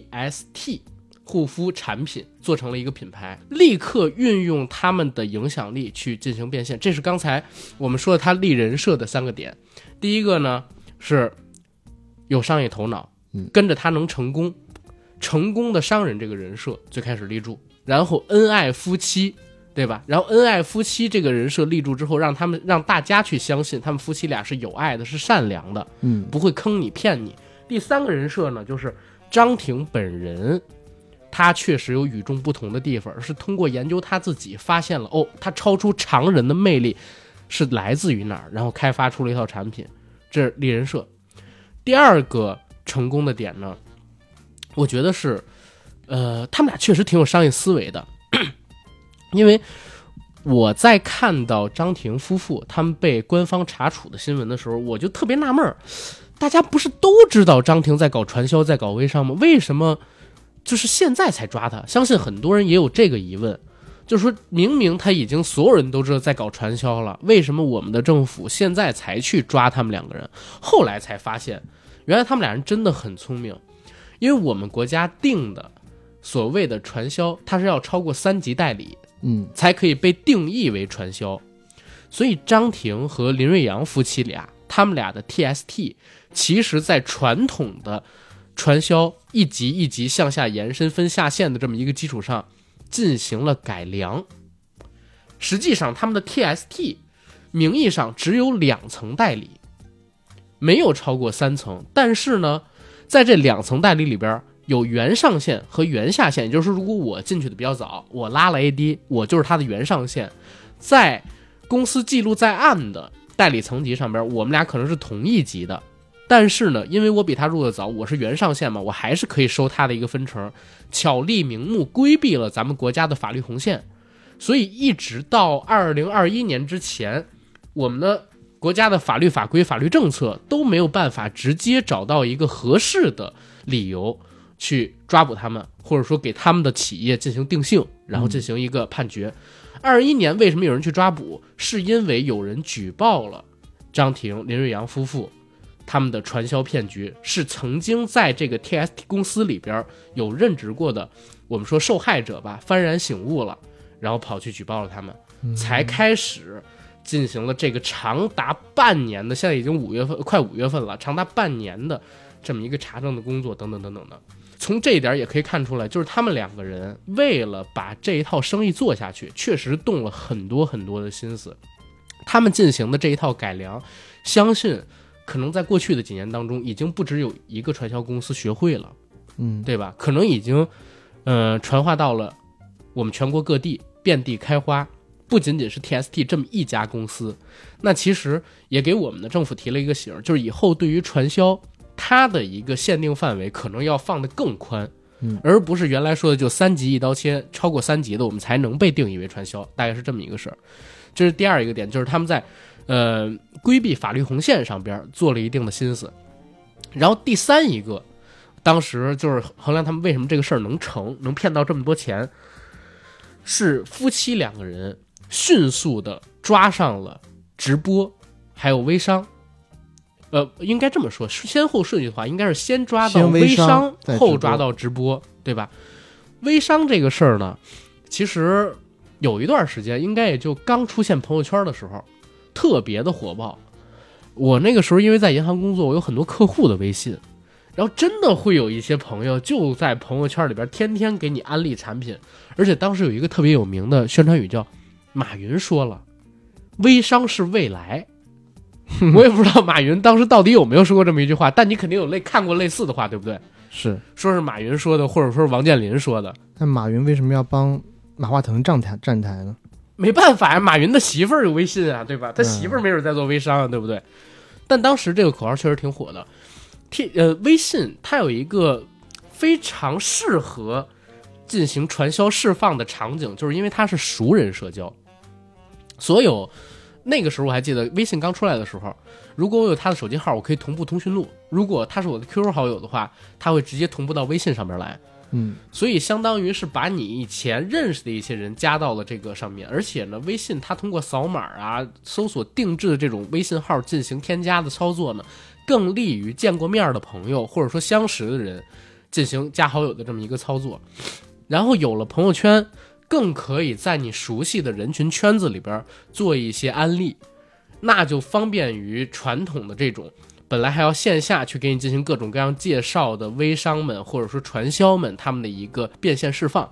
TST 护肤产品，做成了一个品牌，立刻运用他们的影响力去进行变现。这是刚才我们说的他立人设的3个点。第一个呢是有商业头脑，跟着他能成功的商人这个人设最开始立住，然后恩爱夫妻，对吧？然后恩爱夫妻这个人设立住之后，让大家去相信他们夫妻俩是有爱的，是善良的，不会坑你骗你。第3个人设呢，就是张庭本人，他确实有与众不同的地方，是通过研究他自己发现了他超出常人的魅力是来自于哪儿，然后开发出了一套产品，这是立人设。第2个成功的点呢，我觉得是他们俩确实挺有商业思维的。因为我在看到张庭夫妇他们被官方查处的新闻的时候，我就特别纳闷，大家不是都知道张庭在搞传销，在搞微商吗？为什么就是现在才抓他？相信很多人也有这个疑问，就是说明明他已经所有人都知道在搞传销了，为什么我们的政府现在才去抓他们2个人？后来才发现，原来他们俩人真的很聪明，因为我们国家定的所谓的传销，它是要超过3级代理，才可以被定义为传销。所以张庭和林瑞阳夫妻俩，他们俩的 TST 其实在传统的传销一级一级向下延伸分下线的这么一个基础上进行了改良。实际上他们的 TST 名义上只有2层代理，没有超过3层，但是呢在这2层代理里边有原上线和原下线，也就是如果我进去的比较早，我拉了 AD， 我就是他的原上线，在公司记录在案的代理层级上边，我们俩可能是同一级的， 但是呢，因为我比他入的早，我是原上线嘛，我还是可以收他的一个分成，巧立名目规避了咱们国家的法律红线。所以一直到2021年之前，我们的国家的法律法规、法律政策都没有办法直接找到一个合适的理由去抓捕他们，或者说给他们的企业进行定性，然后进行一个判决。21年为什么有人去抓捕？是因为有人举报了张庭、林瑞阳夫妇他们的传销骗局，是曾经在这个 TST 公司里边有任职过的，我们说受害者吧，幡然醒悟了，然后跑去举报了他们，才开始进行了这个长达半年的，现在已经快5月份了，长达半年的这么一个查证的工作，等等等等的。从这一点也可以看出来，就是他们2个人为了把这一套生意做下去，确实动了很多很多的心思。他们进行的这一套改良，相信可能在过去的几年当中，已经不只有一个传销公司学会了，对吧？可能已经传化到了我们全国各地，遍地开花，不仅仅是 TST 这么一家公司。那其实也给我们的政府提了一个醒，就是以后对于传销它的一个限定范围可能要放得更宽，而不是原来说的就3级一刀切，超过3级的我们才能被定义为传销，大概是这么一个事儿。这是第二一个点，就是他们在规避法律红线上边做了一定的心思。然后第三一个，当时就是衡量他们为什么这个事儿能成，能骗到这么多钱，是夫妻2个人迅速的抓上了直播还有微商。应该这么说，先后顺序的话，应该是先抓到微商，后抓到直播，对吧？微商这个事儿呢，其实有一段时间，应该也就刚出现朋友圈的时候，特别的火爆。我那个时候因为在银行工作，我有很多客户的微信，然后真的会有一些朋友就在朋友圈里边天天给你安利产品，而且当时有一个特别有名的宣传语叫马云说了，微商是未来。我也不知道马云当时到底有没有说过这么一句话，但你肯定有看过类似的话，对不对？ 是， 说是马云说的，或者说是王健林说的。 但马云为什么要帮马化腾站台呢？ 没办法呀，马云的媳妇儿有微信啊，对吧？他媳妇儿没准在做微商啊，对不对？但当时这个口号确实挺火的。微信它有一个非常适合进行传销释放的场景，就是因为它是熟人社交。所有那个时候我还记得微信刚出来的时候，如果我有他的手机号，我可以同步通讯录，如果他是我的 QQ 好友的话，他会直接同步到微信上面来。所以相当于是把你以前认识的一些人加到了这个上面，而且呢，微信它通过扫码啊、搜索定制的这种微信号进行添加的操作呢，更利于见过面的朋友或者说相识的人进行加好友的这么一个操作。然后有了朋友圈，更可以在你熟悉的人群圈子里边做一些安利，那就方便于传统的这种本来还要线下去给你进行各种各样介绍的微商们或者说传销们他们的一个变现释放。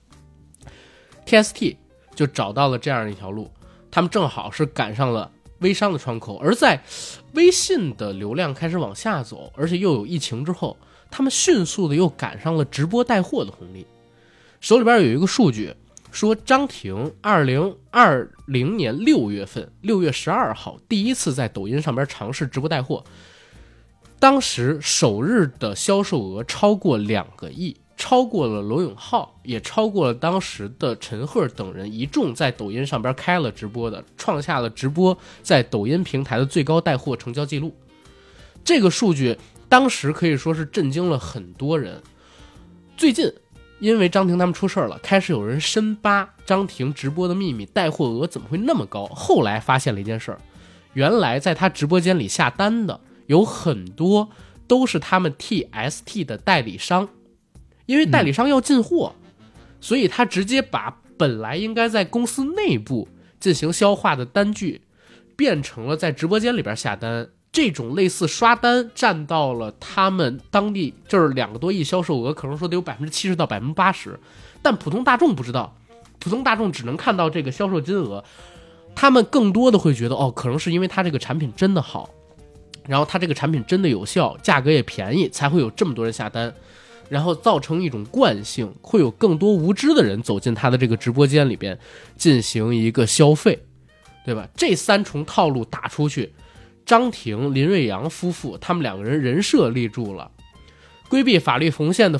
TST 就找到了这样一条路，他们正好是赶上了微商的窗口，而在微信的流量开始往下走，而且又有疫情之后，他们迅速的又赶上了直播带货的红利。手里边有一个数据说，张庭2020年6月份6月12号第一次在抖音上边尝试直播带货，当时首日的销售额超过2个亿，超过了罗永浩，也超过了当时的陈赫等人一众在抖音上边开了直播的，创下了直播在抖音平台的最高带货成交记录。这个数据当时可以说是震惊了很多人。最近因为张庭他们出事了，开始有人深扒张庭直播的秘密，带货额怎么会那么高？后来发现了一件事儿，原来在他直播间里下单的有很多都是他们 TST 的代理商，因为代理商要进货，所以他直接把本来应该在公司内部进行消化的单据变成了在直播间里边下单。这种类似刷单占到了他们当地就是2个多亿销售额，可能说得有70%到80%，但普通大众不知道，普通大众只能看到这个销售金额，他们更多的会觉得可能是因为他这个产品真的好，然后他这个产品真的有效，价格也便宜，才会有这么多人下单，然后造成一种惯性，会有更多无知的人走进他的这个直播间里边进行一个消费，对吧？这3重套路打出去， 张庭、林瑞阳夫妇他们两个人人设立住了，规避法律风险的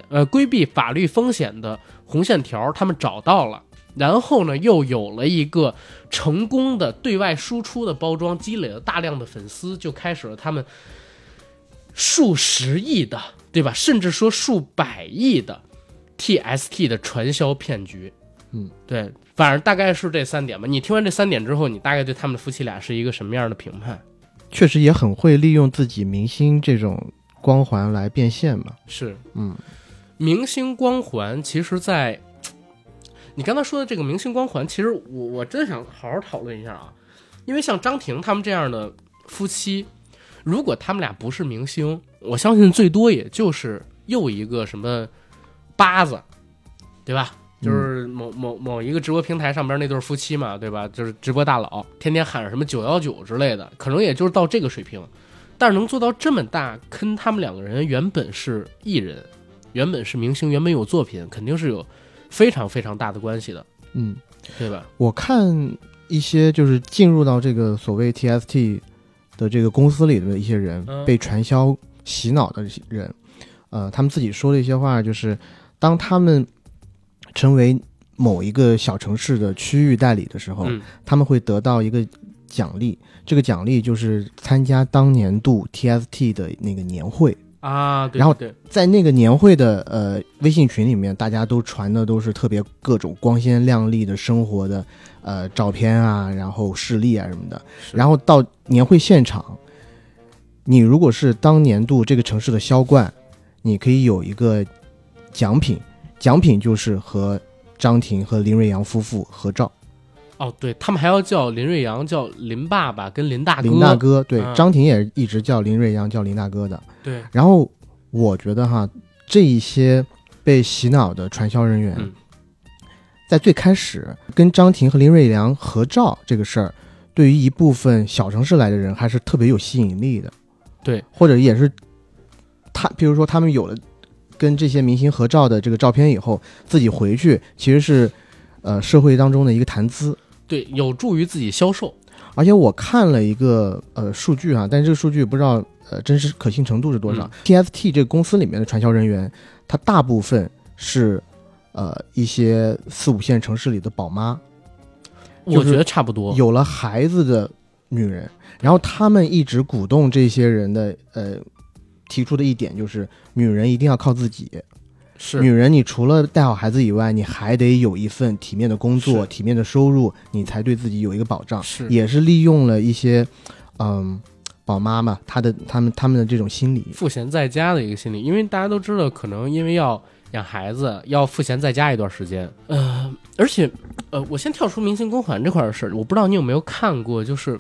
红线条他们找到了，然后呢又有了一个成功的对外输出的包装，积累了大量的粉丝，就开始了他们数十亿的，对吧，甚至说数百亿的 TST 的传销骗局。对，反正大概是这3点吧。你听完这3点之后，你大概对他们的夫妻俩是一个什么样的评判？ 确实也很会利用自己明星这种光环来变现嘛。 是，明星光环其实在你刚才说的这个明星光环，其实我真想好好讨论一下啊。因为像张庭他们这样的夫妻，如果他们俩不是明星，我相信最多也就是又一个什么八子，对吧？就是某一个直播平台上边那对夫妻嘛，对吧？就是直播大佬，天天喊什么919之类的，可能也就是到这个水平。但是能做到这么大，跟他们两个人原本是艺人，原本是明星，原本有作品，肯定是有非常非常大的关系的，对吧？ 我看一些就是进入到这个所谓 TST 的这个公司里的一些人，被传销洗脑的人，他们自己说的一些话，就是当他们成为某一个小城市的区域代理的时候，他们会得到一个奖励，这个奖励就是参加当年度 TST 的那个年会啊。对， 然后在那个年会的微信群里面，大家都传的都是特别各种光鲜亮丽的生活的照片啊，然后事例啊什么的。然后到年会现场，你如果是当年度这个城市的销冠，你可以有一个奖品就是和张庭和林瑞阳夫妇合照。 哦，对，他们还要叫林瑞阳叫林爸爸跟林大哥。 林大哥，对，张庭也一直叫林瑞阳叫林大哥的。 对。 然后我觉得哈，这一些被洗脑的传销人员，在最开始跟张庭和林瑞阳合照这个事儿，对于一部分小城市来的人还是特别有吸引力的。 对， 或者也是比如说他们有了跟这些明星合照的这个照片以后，自己回去其实是社会当中的一个谈资， 对，有助于自己销售。 而且我看了一个数据啊，但是这个数据不知道真实可信程度是多少。TST 这个公司里面的传销人员，他大部分是一些4、5线城市里的宝妈， 我觉得差不多有了孩子的女人，然后他们一直鼓动这些人的提出的一点就是，女人一定要靠自己。 是， 女人你除了带好孩子以外，你还得有一份体面的工作、体面的收入，你才对自己有一个保障。 是， 也是利用了一些宝妈嘛，他们的这种心理， 赋闲在家的一个心理。因为大家都知道，可能因为要养孩子，要赋闲在家一段时间。而且我先跳出明星光环这块的事，我不知道你有没有看过，就是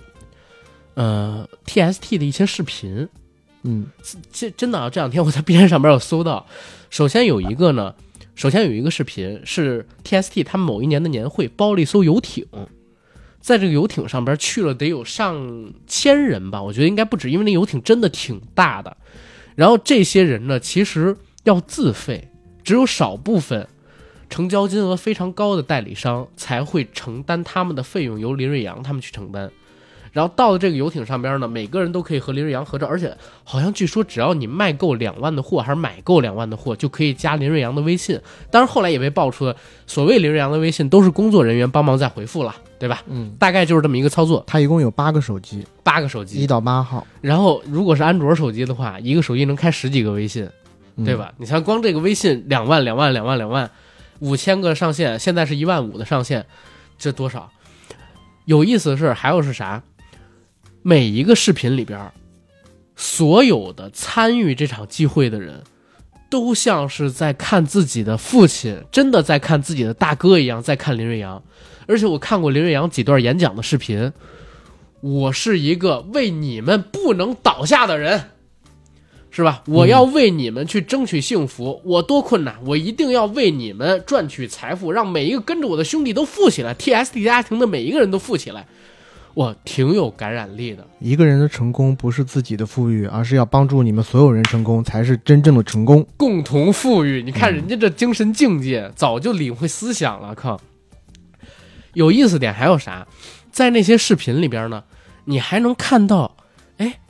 TST 的一些视频。这真的啊，这2天我在 B 站上面有搜到。首先有一个视频是 TST 他们某一年的年会包了一艘游艇，在这个游艇上边去了得有上千人吧，我觉得应该不止，因为那游艇真的挺大的。然后这些人呢，其实要自费，只有少部分成交金额非常高的代理商才会承担他们的费用，由林瑞阳他们去承担。然后到了这个游艇上边呢，每个人都可以和林瑞阳合照，而且好像据说只要你卖够2万的货，还是买够2万的货，就可以加林瑞阳的微信。当然后来也被爆出了，所谓林瑞阳的微信都是工作人员帮忙再回复了，对吧？大概就是这么一个操作。 他一共有8个手机，1到8号。 然后如果是安卓手机的话，一个手机能开10几个微信，对吧？你像光这个微信2万，5000个上线，现在是15000的上线，这多少？有意思的是还有是啥？每一个视频里边，所有的参与这场聚会的人，都像是在看自己的父亲，真的在看自己的大哥一样，在看林瑞阳。而且我看过林瑞阳几段演讲的视频，我是一个为你们不能倒下的人，是吧？我要为你们去争取幸福，我多困难，我一定要为你们赚取财富，让每一个跟着我的兄弟都富起来， TST 家庭的每一个人都富起来。哇，挺有感染力的。一个人的成功不是自己的富裕，而是要帮助你们所有人成功，才是真正的成功。 共同富裕，你看人家这精神境界，早就领会思想了。靠，有意思点还有啥？在那些视频里边呢，你还能看到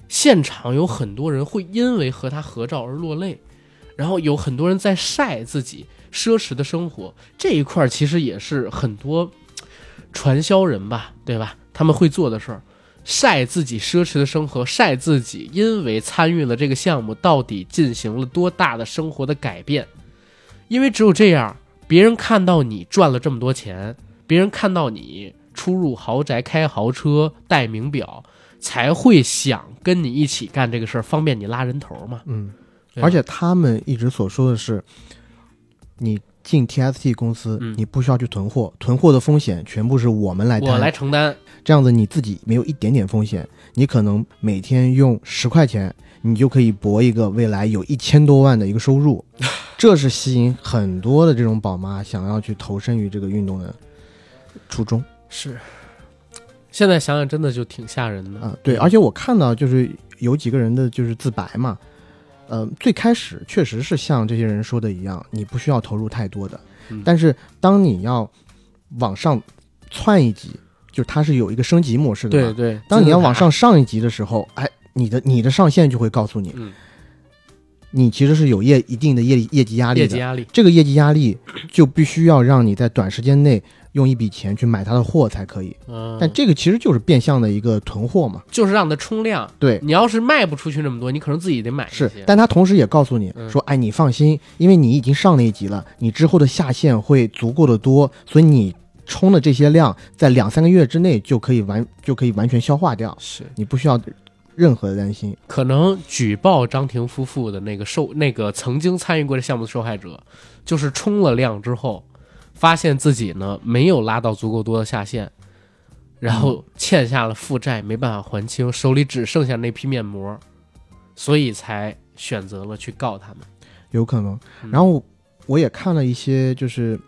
现场有很多人会因为和他合照而落泪，然后有很多人在晒自己奢侈的生活，这一块其实也是很多传销人吧，对吧？他们会做的事儿，晒自己奢侈的生活，晒自己因为参与了这个项目到底进行了多大的生活的改变。因为只有这样，别人看到你赚了这么多钱，别人看到你出入豪宅、开豪车、戴名表，才会想跟你一起干这个事儿，方便你拉人头嘛。 而且他们一直所说的是，你进 TST 公司，你不需要去囤货，囤货的风险全部是我们来担， 我来承担。 这样子你自己没有一点点风险，你可能每天用10块钱，你就可以博一个未来有1000多万的一个收入。这是吸引很多的这种宝妈想要去投身于这个运动的初衷。 是，现在想想真的就挺吓人的啊。对，而且我看到就是有几个人的就是自白嘛。最开始确实是像这些人说的一样，你不需要投入太多的，但是当你要往上窜一级，就是它是有一个升级模式的嘛。 对， 当你要往上上一级的时候，哎，你的上限就会告诉你，你其实是有一定的业绩压力的。这个业绩压力就必须要让你在短时间内用一笔钱去买它的货才可以。但这个其实就是变相的一个囤货嘛， 就是让它冲量。对，你要是卖不出去那么多，你可能自己得买一些。 是，但他同时也告诉你说，哎，你放心，因为你已经上了一级了，你之后的下限会足够的多，所以你冲的这些量在2-3个月之内就可以完全消化掉。 是， 你不需要任何的担心。 可能举报张庭夫妇的那个曾经参与过这项目的受害者，就是冲了量之后发现自己呢没有拉到足够多的下限，然后欠下了负债，没办法还清，手里只剩下那批面膜，所以才选择了去告他们。 有可能。然后我也看了一些就是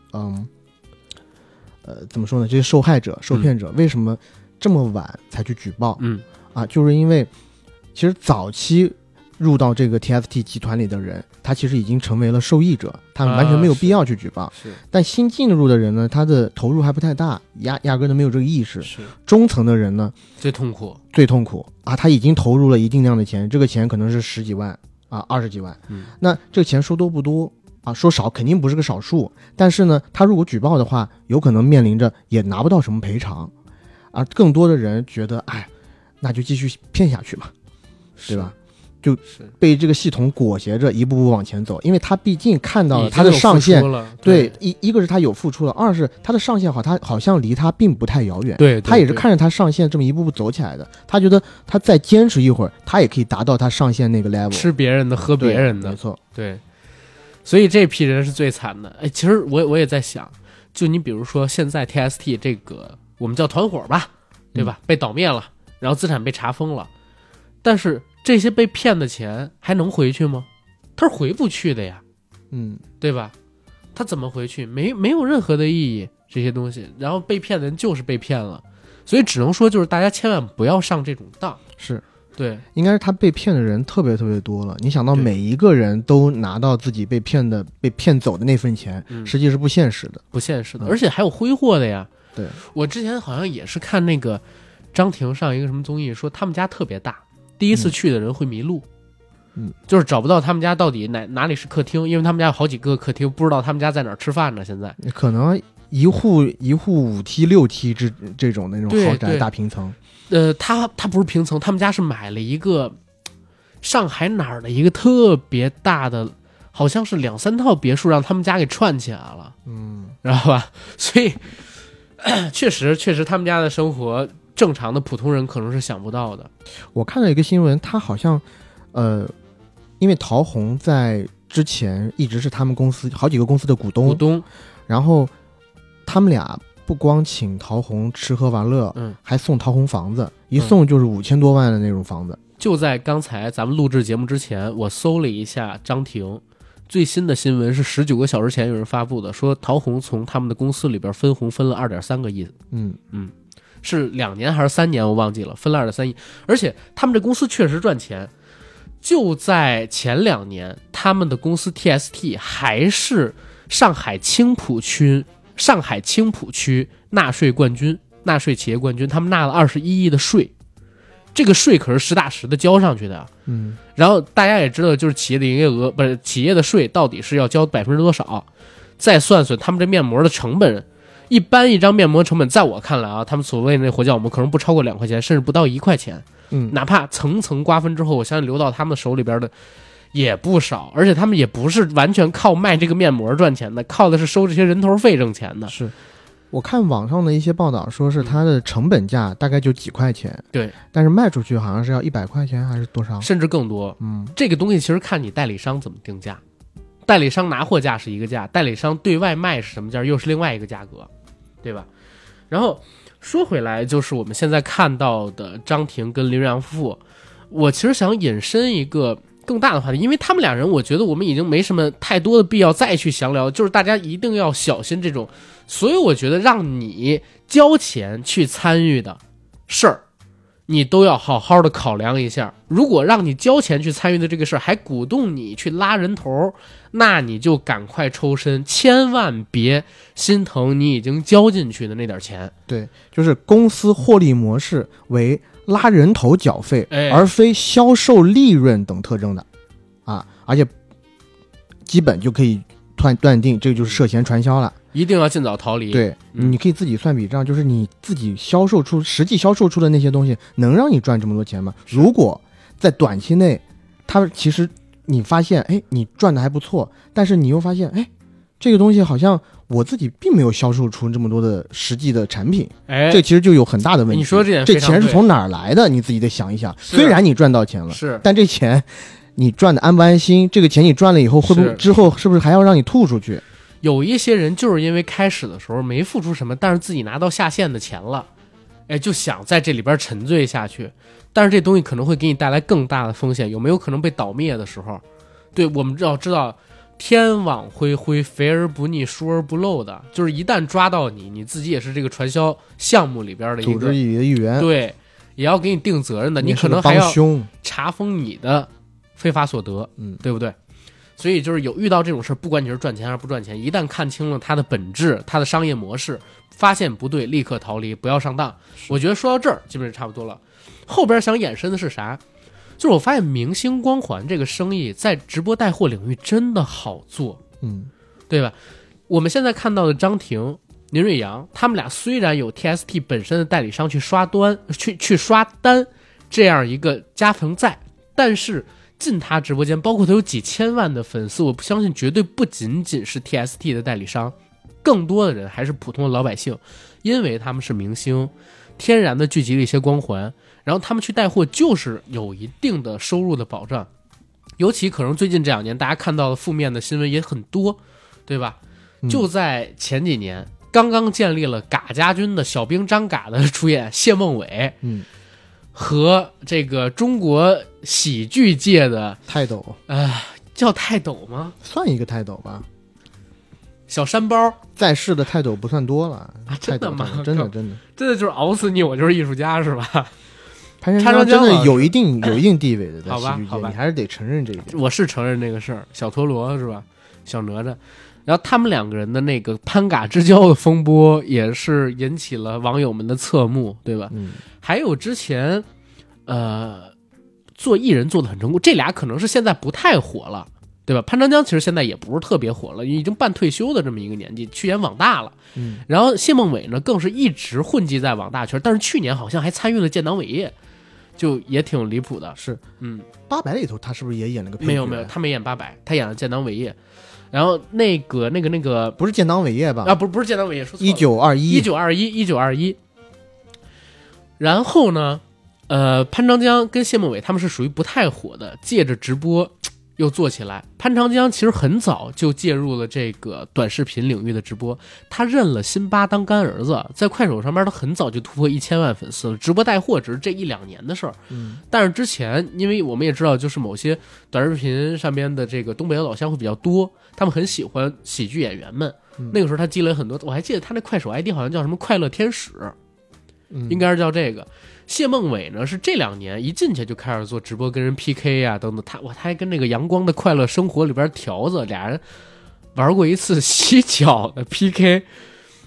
怎么说呢，这些受害者受骗者为什么这么晚才去举报。就是因为其实早期入到这个 TST 集团里的人，他其实已经成为了受益者，他们完全没有必要去举报。但新进入的人呢，他的投入还不太大，压根都没有这个意识。中层的人呢最痛苦啊，他已经投入了一定量的钱，这个钱可能是10几万啊20几万。那这个钱说多不多啊，说少肯定不是个少数，但是呢他如果举报的话，有可能面临着也拿不到什么赔偿，而更多的人觉得哎，那就继续骗下去嘛，对吧？就被这个系统裹挟着一步步往前走，因为他毕竟看到了他的上限。对，一个是他有付出了，二是他的上限他好像离他并不太遥远。 对， 他也是看着他上限这么一步步走起来的，他觉得他再坚持一会儿，他也可以达到他上限那个 level。 吃别人的，喝别人的， 没错。 对，所以这批人是最惨的。哎，其实我也在想，就你比如说现在 TST 这个我们叫团伙吧，对吧？被倒灭了，然后资产被查封了，但是这些被骗的钱还能回去吗？他是回不去的呀，对吧？他怎么回去？没有任何的意义，这些东西。然后被骗的人就是被骗了，所以只能说就是大家千万不要上这种当。 是， 对， 应该是他被骗的人特别特别多了。你想到每一个人都拿到自己被骗走的那份钱，实际是不现实的， 而且还有挥霍的呀。 对， 我之前好像也是看那个张庭上一个什么综艺，说他们家特别大。第一次去的人会迷路，就是找不到他们家到底哪里是客厅，因为他们家有好几个客厅，不知道他们家在哪儿吃饭呢。现在可能一户5梯6梯这种那种豪宅大平层。 他不是平层，他们家是买了一个上海哪儿的一个特别大的，好像是2-3套别墅，让他们家给串起来了。知道吧？所以确实他们家的生活，正常的普通人可能是想不到的。 我看到一个新闻，他好像因为陶虹在之前一直是他们公司好几个公司的股东，然后他们俩不光请陶虹吃喝玩乐，还送陶虹房子，一送就是5000多万的那种房子。 就在刚才咱们录制节目之前，我搜了一下张庭最新的新闻，是19个小时前有人发布的，说陶虹从他们的公司里边分红分了2.3个亿。是2年还是3年我忘记了，分了2.3亿。而且他们这公司确实赚钱，就在前2年他们的公司 TST 还是上海青浦区纳税冠军，纳税企业冠军，他们纳了21亿的税。 这个税可是实打实的交上去的。然后大家也知道，就是企业的营业额不是企业的税到底是要交多少，再算算他们这面膜的成本。一般一张面膜成本，在我看来啊，他们所谓的那活酵膜可能不超过2块钱，甚至不到1块钱。哪怕层层瓜分之后，我相信流到他们手里边的也不少，而且他们也不是完全靠卖这个面膜赚钱的，靠的是收这些人头费挣钱的。 是我看网上的一些报道说是它的成本价大概就几块钱， 对， 但是卖出去好像是要100块钱还是多少， 甚至更多。这个东西其实看你代理商怎么定价，代理商拿货价是一个价，代理商对外卖是什么价又是另外一个价格，对吧？然后说回来，就是我们现在看到的张庭跟林瑞阳夫妇，我其实想引申一个更大的话题，因为他们俩人，我觉得我们已经没什么太多的必要再去详聊，就是大家一定要小心这种，所以我觉得让你交钱去参与的事儿，你都要好好的考量一下。如果让你交钱去参与的这个事儿还鼓动你去拉人头，那你就赶快抽身，千万别心疼你已经交进去的那点钱。 对，就是公司获利模式为拉人头缴费，而非销售利润等特征的啊，而且基本就可以断定这个就是涉嫌传销了， 一定要尽早逃离。 对，你可以自己算笔账，就是你自己实际销售出的那些东西能让你赚这么多钱吗？如果在短期内它其实你发现你赚的还不错，但是你又发现这个东西好像我自己并没有销售出这么多的实际的产品，这其实就有很大的问题。 你说这点这钱是从哪儿来的？你自己得想一想。虽然你赚到钱了， 是， 但这钱你赚的安不安心？这个钱你赚了以后，会不会之后是不是还要让你吐出去？ 有一些人就是因为开始的时候没付出什么，但是自己拿到下线的钱了，就想在这里边沉醉下去，但是这东西可能会给你带来更大的风险，有没有可能被倒灭的时候？对，我们要知道天网恢恢，肥而不腻，疏而不漏的，就是一旦抓到你，你自己也是这个传销项目里边的一个组织里的一员， 对，也要给你定责任的，你可能还要查封你的非法所得，对不对？所以就是有遇到这种事，不管你是赚钱还是不赚钱，一旦看清了它的本质，它的商业模式，发现不对，立刻逃离，不要上当。我觉得说到这儿基本上差不多了。后边想衍生的是啥？就是我发现明星光环这个生意在直播带货领域真的好做，对吧？我们现在看到的张庭、林瑞阳，他们俩虽然有 TST 本身的代理商去刷单这样一个加成在，但是进他直播间，包括他有几千万的粉丝，我不相信绝对不仅仅是 TST 的代理商，更多的人还是普通的老百姓，因为他们是明星，天然的聚集了一些光环，然后他们去带货就是有一定的收入的保障。尤其可能最近这2年大家看到的负面的新闻也很多，对吧？就在前几年刚刚建立了嘎家军的小兵张嘎的主演谢孟伟，和这个中国喜剧界的泰斗， 叫泰斗吗？ 算一个泰斗吧。 小山包在世的泰斗不算多了啊！真的吗？ 真的就是熬死你，我就是艺术家，是吧？ 潘长江真的有一定地位的，在喜剧界， 你还是得承认这一点。 我是承认这个事儿，小陀螺是吧？小哪吒，然后他们2个人的那个攀嘎之交的风波，也是引起了网友们的侧目，对吧？还有之前，做艺人做的很成功，这俩可能是现在不太火了，对吧？潘长江其实现在也不是特别火了，已经半退休的这么一个年纪，去演网大了。然后谢孟伟呢，更是一直混迹在网大圈，但是去年好像还参与了建党伟业，就也挺离谱的。 是，800里头他是不是也演了个配角？ 没有，他没演800，他演了建党伟业。然后那个不是建党伟业吧？ 啊，不是建党伟业，说错了。1921。然后呢，潘长江跟谢孟伟他们是属于不太火的，借着直播又做起来。潘长江其实很早就介入了这个短视频领域的直播，他认了辛巴当干儿子，在快手上面他很早就突破1000万粉丝了。直播带货只是这1-2年的事儿，但是之前因为我们也知道，就是某些短视频上边的这个东北的老乡会比较多，他们很喜欢喜剧演员们。那个时候他积累很多，我还记得他那快手 ID 好像叫什么快乐天使，应该是叫这个。谢孟伟呢是这2年一进去就开始做直播，跟人 PK 啊等等，他还跟那个阳光的快乐生活里边条子俩人玩过一次洗脚的 PK，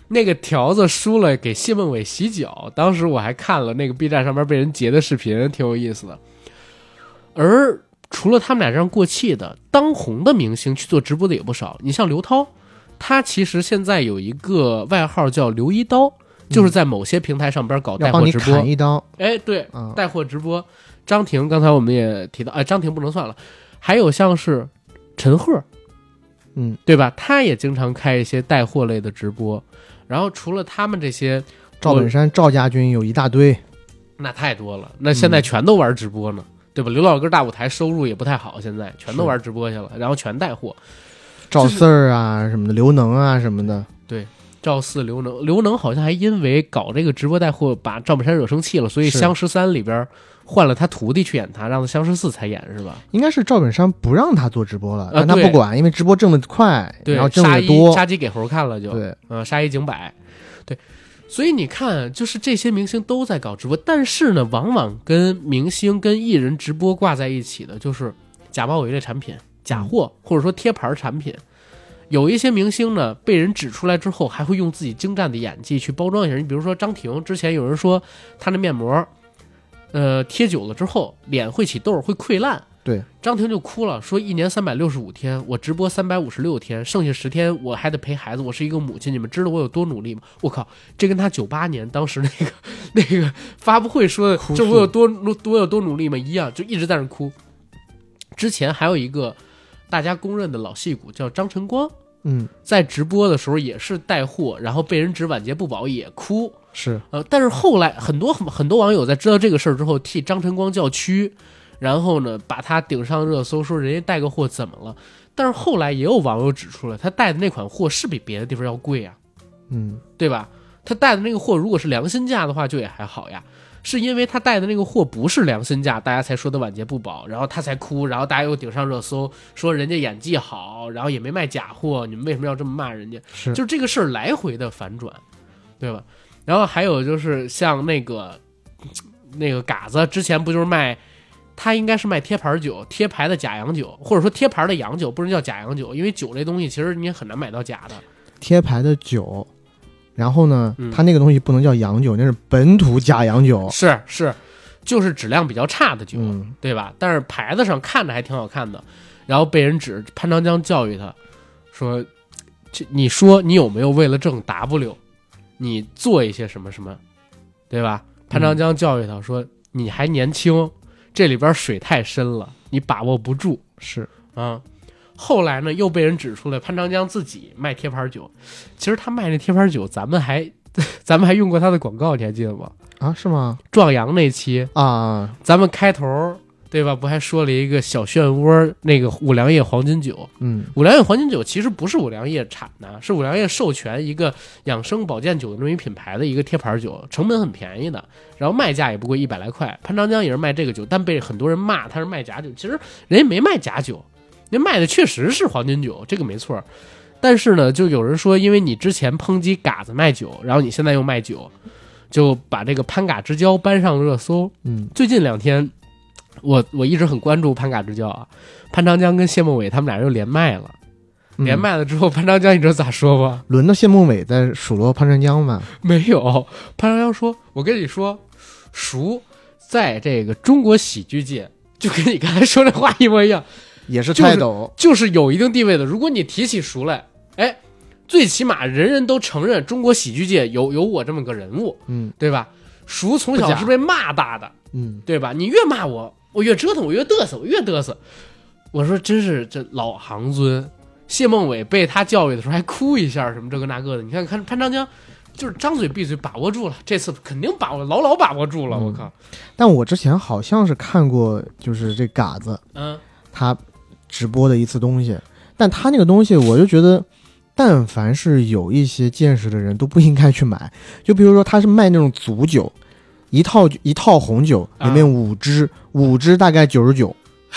那个条子输了给谢孟伟洗脚，当时我还看了那个 B 站上面被人截的视频，挺有意思的。而除了他们俩这样过气的，当红的明星去做直播的也不少。你像刘涛，他其实现在有一个外号叫刘一刀，就是在某些平台上边搞带货直播， 要帮你砍一刀。 哎，对，带货直播。张庭刚才我们也提到，张庭不能算了，还有像是陈赫，对吧？他也经常开一些带货类的直播。然后除了他们这些， 赵本山、赵家军有一大堆， 那太多了。那现在全都玩直播呢，对吧？刘老根大舞台收入也不太好，现在全都玩直播去了，然后全带货。 赵四儿啊什么的，刘能啊什么的， 对，赵四、刘能好像还因为搞这个直播带货把赵本山惹生气了，所以《相识3》里边换了他徒弟去演他，让他《相识4》才演是吧？ 应该是赵本山不让他做直播了，但他不管，因为直播挣得快，然后挣得多， 杀鸡给猴看了就对， 杀一儆百，对。所以你看，就是这些明星都在搞直播，但是呢，往往跟明星跟艺人直播挂在一起的就是假冒伪劣产品、假货，或者说贴牌产品。有一些明星呢，被人指出来之后，还会用自己精湛的演技去包装一下。你比如说张庭，之前有人说他的面膜，贴久了之后脸会起痘，会溃烂。 对， 张庭就哭了，说1年365天，我直播356天，剩下10天我还得陪孩子，我是一个母亲，你们知道我有多努力吗？我靠，这跟他98年当时那个发布会说的，就我有多努力吗一样，就一直在那哭。之前还有一个大家公认的老戏骨叫张晨光，在直播的时候也是带货，然后被人指晚节不保也哭， 是但是后来很多网友在知道这个事儿之后替张晨光叫屈。然后呢，把他顶上热搜，说人家带个货怎么了？但是后来也有网友指出来，他带的那款货是比别的地方要贵啊，对吧？他带的那个货如果是良心价的话，就也还好呀。是因为他带的那个货不是良心价，大家才说的晚节不保，然后他才哭，然后大家又顶上热搜，说人家演技好，然后也没卖假货，你们为什么要这么骂人家？就是这个事儿来回的反转，对吧？然后还有就是像那个嘎子之前不就是卖。他应该是卖贴牌酒，贴牌的假洋酒，或者说贴牌的洋酒，不能叫假洋酒，因为酒这东西其实你也很难买到假的。 贴牌的酒，然后呢，他那个东西不能叫洋酒，那是本土假洋酒， 是，就是质量比较差的酒，对吧？但是牌子上看着还挺好看的，然后被人指潘长江教育他说：“你说你有没有为了挣 W， 你做一些什么什么，对吧？”潘长江教育他说：“你还年轻。”这里边水太深了，你把握不住。 是啊，后来呢，又被人指出来，潘长江自己卖贴牌酒。其实他卖那贴牌酒，咱们还用过他的广告，你还记得吗？ 啊，是吗？ 壮阳那期啊， 咱们开头对吧？不还说了一个小漩涡那个五粮液黄金酒？五粮液黄金酒其实不是五粮液产的，是五粮液授权一个养生保健酒的这么一品牌的一个贴牌酒，成本很便宜的，然后卖价也不贵，100来块。潘长江也是卖这个酒，但被很多人骂他是卖假酒，其实人家没卖假酒，人卖的确实是黄金酒，这个没错。但是呢，就有人说，因为你之前抨击嘎子卖酒，然后你现在又卖酒，就把这个潘嘎之交搬上了热搜。最近2天。我一直很关注潘嘎之交啊，潘长江跟谢孟伟他们俩又连麦了，连麦了之后，潘长江你知道咋说吗？ 轮到谢孟伟在数落潘长江吗？ 没有，潘长江说：“我跟你说，熟在这个中国喜剧界，就跟你刚才说那话一模一样， 也是泰斗， 就是有一定地位的。如果你提起熟来，哎，最起码人人都承认中国喜剧界有我这么个人物，对吧？熟从小是被骂大的，对吧？你越骂我越折腾，我越嘚瑟，我越嘚瑟。我说真是这老行尊，谢孟伟被他教育的时候还哭一下，什么这个那个的。你看潘长江，就是张嘴闭嘴把握住了，这次肯定牢把握住了。我靠！ 但我之前好像是看过，就是这嘎子，他直播的一次东西，但他那个东西我就觉得，但凡是有一些见识的人都不应该去买。就比如说他是卖那种组酒。一套红酒里面5支大概99，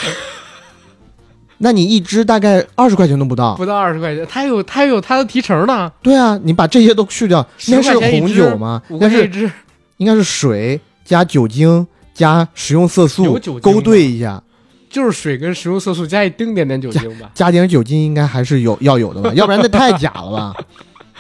那你一支大概20块钱都不到 20块钱，他有他的提成呢。 对啊，你把这些都去掉，那是红酒吗？应该是水加酒精加食用色素勾兑一下， 就是水跟食用色素加一丁点酒精吧， 加点酒精应该还是要有的吧，要不然那太假了吧。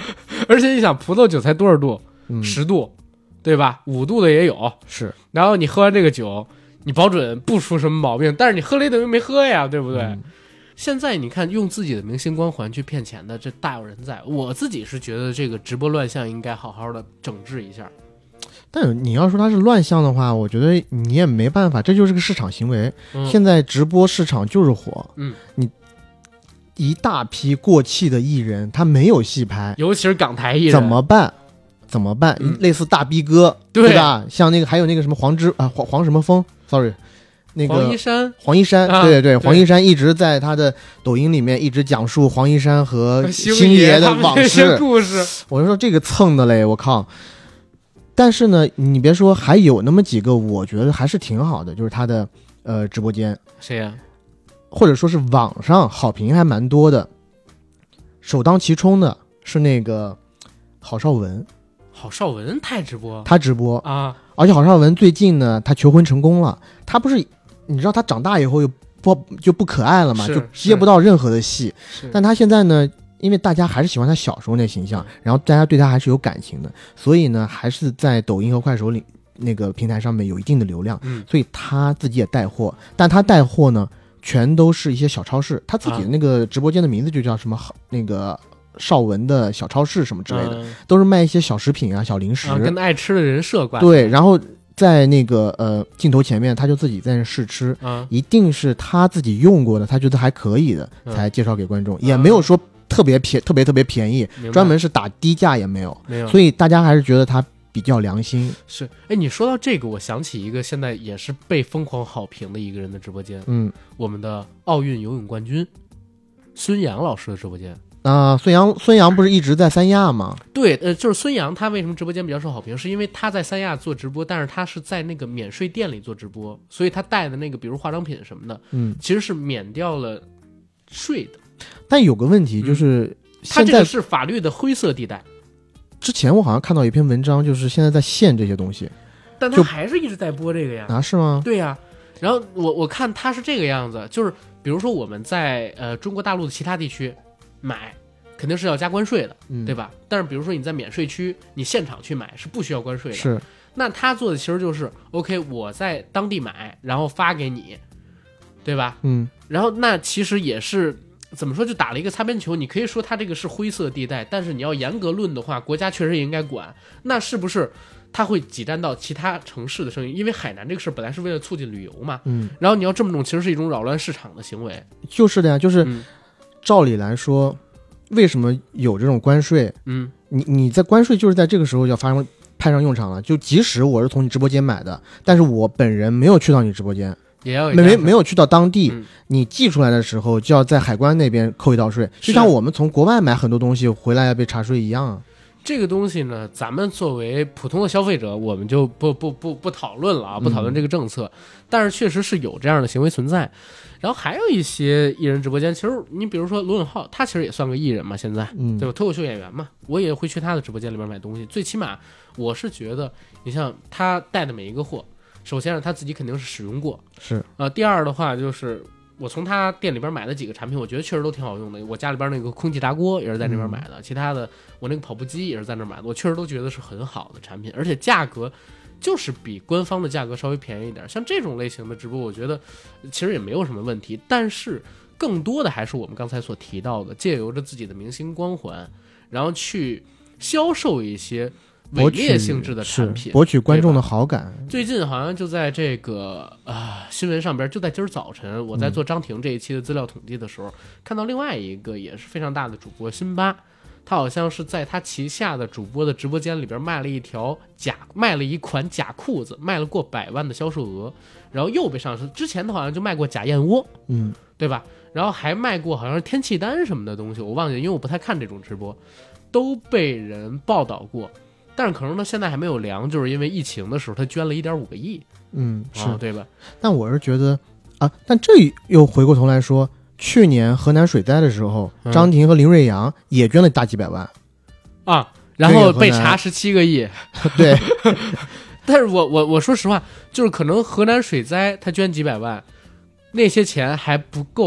而且你想，葡萄酒才多少度？10度，对吧？5度的也有。 是。 然后你喝完这个酒，你保准不出什么毛病，但是你喝了也等于没喝呀，对不对？现在你看，用自己的明星光环去骗钱的，这大有人在。我自己是觉得这个直播乱象应该好好的整治一下。 但是你要说它是乱象的话，我觉得你也没办法，这就是个市场行为。现在直播市场就是火，你一大批过气的艺人，他没有戏拍， 尤其是港台艺人， 怎么办？类似大逼哥，对吧？像那个还有那个什么黄什么峰 ，sorry， 那个黄一山，对，黄一山一直在他的抖音里面一直讲述黄一山和星爷的往事故事。 我就说这个蹭的嘞，我靠！但是呢，你别说，还有那么几个，我觉得还是挺好的，就是他的直播间， 谁呀？ 或者说是网上好评还蛮多的，首当其冲的是那个郝邵文。 郝邵文他直播啊，而且郝邵文最近呢，他求婚成功了。他不是，你知道他长大以后就不可爱了嘛，就接不到任何的戏。但他现在呢，因为大家还是喜欢他小时候那形象，然后大家对他还是有感情的，所以呢，还是在抖音和快手里那个平台上面有一定的流量。所以他自己也带货，但他带货呢，全都是一些小超市。他自己的那个直播间的名字就叫什么那个邵文的小超市什么之类的，都是卖一些小食品啊、小零食， 跟爱吃的人设挂。 对，然后在那个镜头前面，他就自己在那试吃，一定是他自己用过的，他觉得还可以的，才介绍给观众，也没有说特别便宜，专门是打低价也没有，所以大家还是觉得他比较良心。 是，哎，你说到这个，我想起一个现在也是被疯狂好评的一个人的直播间，我们的奥运游泳冠军孙杨老师的直播间。 孙杨不是一直在三亚吗？ 对，就是孙杨，他为什么直播间比较受好评？是因为他在三亚做直播，但是他是在那个免税店里做直播，所以他带的那个比如化妆品什么的，其实是免掉了税的。 但有个问题就是， 他这个是法律的灰色地带。 之前我好像看到一篇文章，就是现在在限这些东西， 但他还是一直在播这个呀。 是吗？ 对呀。然后我看他是这个样子，就是比如说我们在中国大陆的其他地区买肯定是要加关税的，对吧？但是比如说你在免税区，你现场去买是不需要关税的。 是。 那他做的其实就是 OK， 我在当地买，然后发给你，对吧？然后那其实也是怎么说，就打了一个擦边球。你可以说他这个是灰色地带，但是你要严格论的话，国家确实也应该管。那是不是他会挤占到其他城市的声音？因为海南这个事本来是为了促进旅游嘛，然后你要这么弄，其实是一种扰乱市场的行为。 就是的呀，就是。照理来说，为什么有这种关税？你在关税就是在这个时候要派上用场了。就即使我是从你直播间买的，但是我本人没有去到你直播间， 也要没有去到当地，你寄出来的时候就要在海关那边扣一道税，就像我们从国外买很多东西回来要被查税一样啊。 这个东西呢，咱们作为普通的消费者，我们就不讨论了啊，不讨论这个政策。但是确实是有这样的行为存在。然后还有一些艺人直播间，其实你比如说罗永浩，他其实也算个艺人嘛，现在对吧？脱口秀演员嘛，我也会去他的直播间里面买东西。最起码我是觉得，你像他带的每一个货，首先是他自己肯定是使用过， 是第二的话就是我从他店里边买的几个产品，我觉得确实都挺好用的。我家里边那个空气炸锅也是在那边买的，其他的我那个跑步机也是在那买的，我确实都觉得是很好的产品，而且价格就是比官方的价格稍微便宜一点。像这种类型的直播，我觉得其实也没有什么问题。但是更多的还是我们刚才所提到的，借由着自己的明星光环，然后去销售一些伪劣性质的产品， 博取观众的好感。 最近好像就在这个新闻上边，就在今儿早晨，我在做张庭这一期的资料统计的时候，看到另外一个也是非常大的主播辛巴，他好像是在他旗下的主播的直播间里边卖了一款假裤子，卖了过100万的销售额，然后又被上市。之前他好像就卖过假燕窝，对吧？然后还卖过好像是天气单什么的东西，我忘记了，因为我不太看这种直播，都被人报道过。但是可能他现在还没有凉，就是因为疫情的时候他捐了1.5个亿，是对吧？ 但我是觉得但这又回过头来说，去年河南水灾的时候，张庭和林瑞阳也捐了大几百万然后被查17个亿， 对。 但是我说实话，就是可能河南水灾他捐几百万，那些钱还不够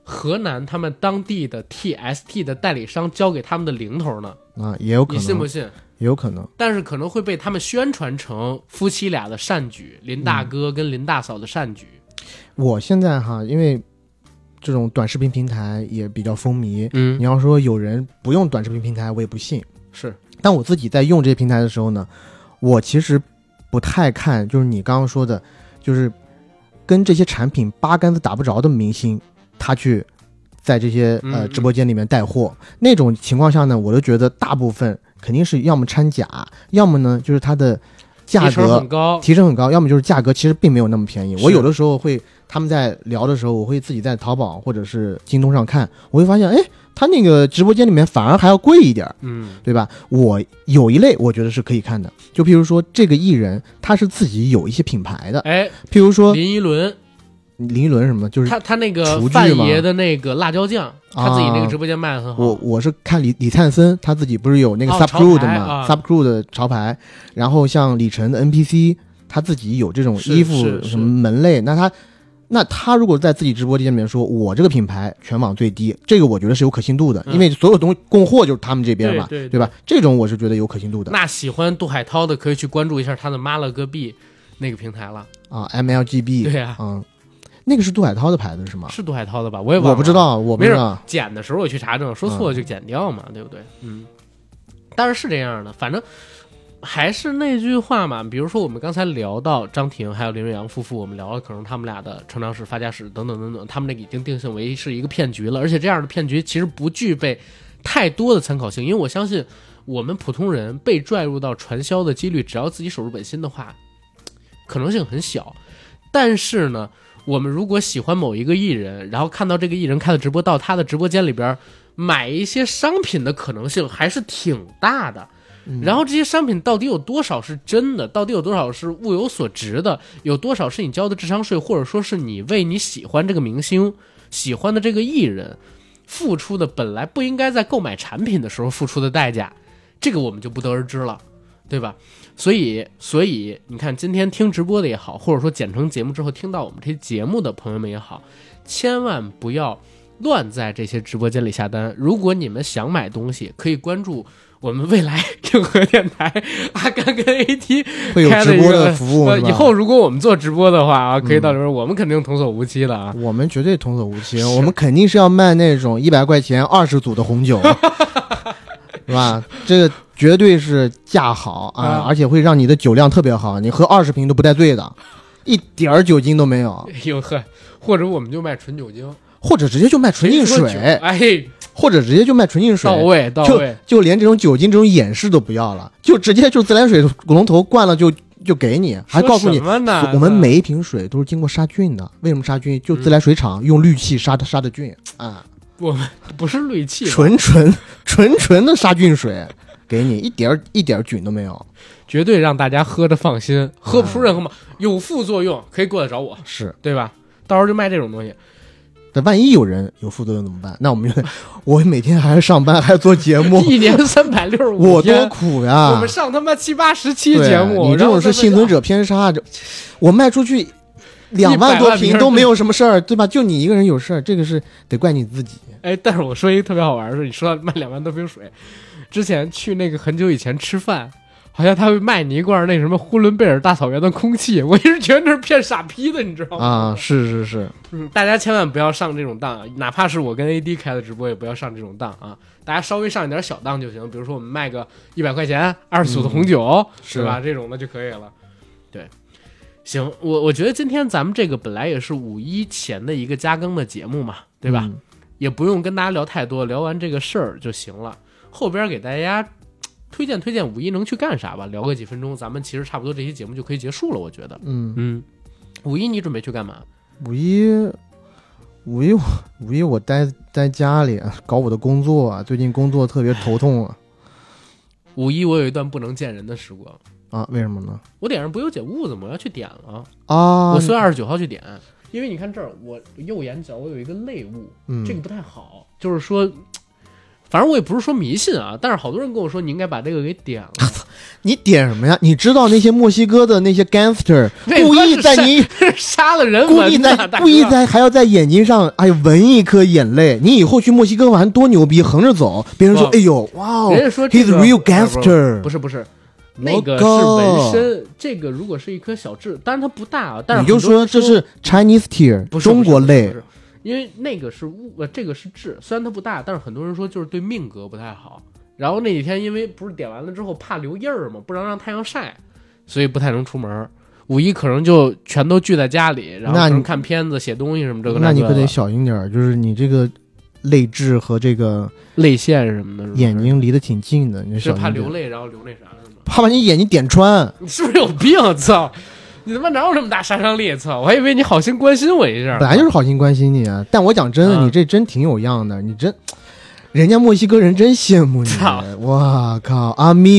河南他们当地的 TST 的代理商交给他们的零头呢？ 啊，也有可能， 你信不信？ 也有可能， 但是可能会被他们宣传成夫妻俩的善举，林大哥跟林大嫂的善举。 我现在哈，因为这种短视频平台也比较风靡，你要说有人不用短视频平台，我也不信。 是， 但我自己在用这些平台的时候呢，我其实不太看，就是你刚刚说的，就是跟这些产品八竿子打不着的明星，他去在这些直播间里面带货，那种情况下呢，我都觉得大部分肯定是要么掺假，要么呢就是它的价格提成很高，要么就是价格其实并没有那么便宜。我有的时候会，他们在聊的时候，我会自己在淘宝或者是京东上看，我会发现，哎，他那个直播间里面反而还要贵一点，对吧？我有一类我觉得是可以看的，就譬如说这个艺人他是自己有一些品牌的， 哎， 譬如说林依轮什么，就是他那个范爷的那个辣椒酱，他自己那个直播间卖的很好。 我是看李灿森他自己不是有那个 Subcrew 的嘛，Subcrew 的潮牌，然后像李晨的 NPC 他自己有这种衣服什么门类，那他如果在自己直播间里面说我这个品牌全网最低，这个我觉得是有可信度的，因为所有东西供货就是他们这边嘛，对吧？这种我是觉得有可信度的。 那喜欢杜海涛的可以去关注一下他的妈了个币那个平台了啊 ，MLGB 对呀， 那个是杜海涛的牌子是吗？ 是杜海涛的吧？我也忘了， 我不知道， 剪的时候我去查证，说错了就剪掉嘛，对不对？但是这样的，反正还是那句话嘛，比如说我们刚才聊到张庭还有林瑞阳夫妇，我们聊了可能他们俩的成长史、发家史等等等等，他们那个已经定性为是一个骗局了，而且这样的骗局其实不具备太多的参考性，因为我相信我们普通人被拽入到传销的几率，只要自己守住本心的话，可能性很小。但是呢，我们如果喜欢某一个艺人，然后看到这个艺人开的直播，到他的直播间里边买一些商品的可能性还是挺大的。然后这些商品到底有多少是真的，到底有多少是物有所值的，有多少是你交的智商税，或者说是你为你喜欢这个明星、喜欢的这个艺人付出的本来不应该在购买产品的时候付出的代价，这个我们就不得而知了，对吧？所以你看今天听直播的也好，或者说剪成节目之后听到我们这些节目的朋友们也好，千万不要乱在这些直播间里下单。如果你们想买东西，可以关注我们未来硬核电台阿甘跟 AT 会有直播的服务， 以后如果我们做直播的话啊，可以到里边，我们肯定童叟无欺的啊， 我们绝对童叟无欺，我们肯定是要卖那种100块钱20组的红酒是吧？这个绝对是价好啊，而且会让你的酒量特别好，你喝20瓶都不带醉的，一点酒精都没有。 哎呦呵，或者我们就卖纯酒精， 或者直接就卖纯净水， 哎， 或者直接就卖纯净水， 到位， 就连这种酒精这种掩饰都不要了，就直接就自来水龙头灌了就给你，还告诉你我们每一瓶水都是经过杀菌的。为什么杀菌？就自来水厂用氯气杀的菌啊。 我们不是氯气， 纯的杀菌水给你，一点菌都没有， 绝对让大家喝着放心，喝不出任何嘛，有副作用可以过来找我， 是对吧？到时候就卖这种东西。 但万一有人有副作用怎么办？那我每天还要上班，还要做节目， 一年365天， 我多苦呀！ 我们上他妈70-80期节目， 你这种是幸存者偏差，我卖出去2万多瓶都没有什么事儿，对吧？就你一个人有事儿，这个是得怪你自己。 哎，但是我说一个特别好玩的事，你说到卖2万多瓶水，之前去那个很久以前吃饭，好像他会卖你一罐那什么呼伦贝尔大草原的空气，我一直觉得那是骗傻逼的，你知道吗？ 啊，是， 大家千万不要上这种当，哪怕是我跟 AD 开的直播，也不要上这种当啊！大家稍微上一点小当就行，比如说我们卖个100块钱20组的红酒，是吧？这种的就可以了。对，行，我觉得今天咱们这个本来也是5·1前的一个加更的节目嘛，对吧？也不用跟大家聊太多，聊完这个事儿就行了。后边给大家推荐5·1能去干啥吧，聊个几分钟，咱们其实差不多这期节目就可以结束了，我觉得。5·1你准备去干嘛 ？5·1我待家里搞我的工作啊，最近工作特别头痛啊。 5·1我有一段不能见人的时光啊，为什么呢？ 我脸上不有剪痦子吗？我要去点了啊！ 我4月29号去点，因为你看这儿，我右眼角我有一个泪痦，这个不太好，就是说反正我也不是说迷信啊，但是好多人跟我说你应该把这个给点了。 你点什么呀？你知道那些墨西哥的那些 gangster 故意在你杀了人， 故意在还要在眼睛上纹一颗眼泪。你以后去墨西哥玩多牛逼，横着走，别人说哎呦哇哦， 人家说 he's real gangster。 不是，那个是纹身，这个如果是一颗小痣，当然它不大啊，但是你就说这是 Chinese tear， 中国泪。 因为那个是这个是痣，虽然它不大，但是很多人说就是对命格不太好。然后那几天因为不是点完了之后怕留印儿嘛，不能让太阳晒，所以不太能出门。五一可能就全都聚在家里，然后可能看片子、写东西什么这个。 那你可得小心点，就是你这个泪痣和这个泪腺什么的， 眼睛离得挺近的，你是怕流泪，然后流那啥是吗？ 怕把你眼睛点穿。 你是不是有病？操！你他妈哪有这么大杀伤力？操！我还以为你好心关心我一下。 本来就是好心关心你啊，但我讲真的，你这真挺有样的，你真。人家墨西哥人真羡慕你，哇靠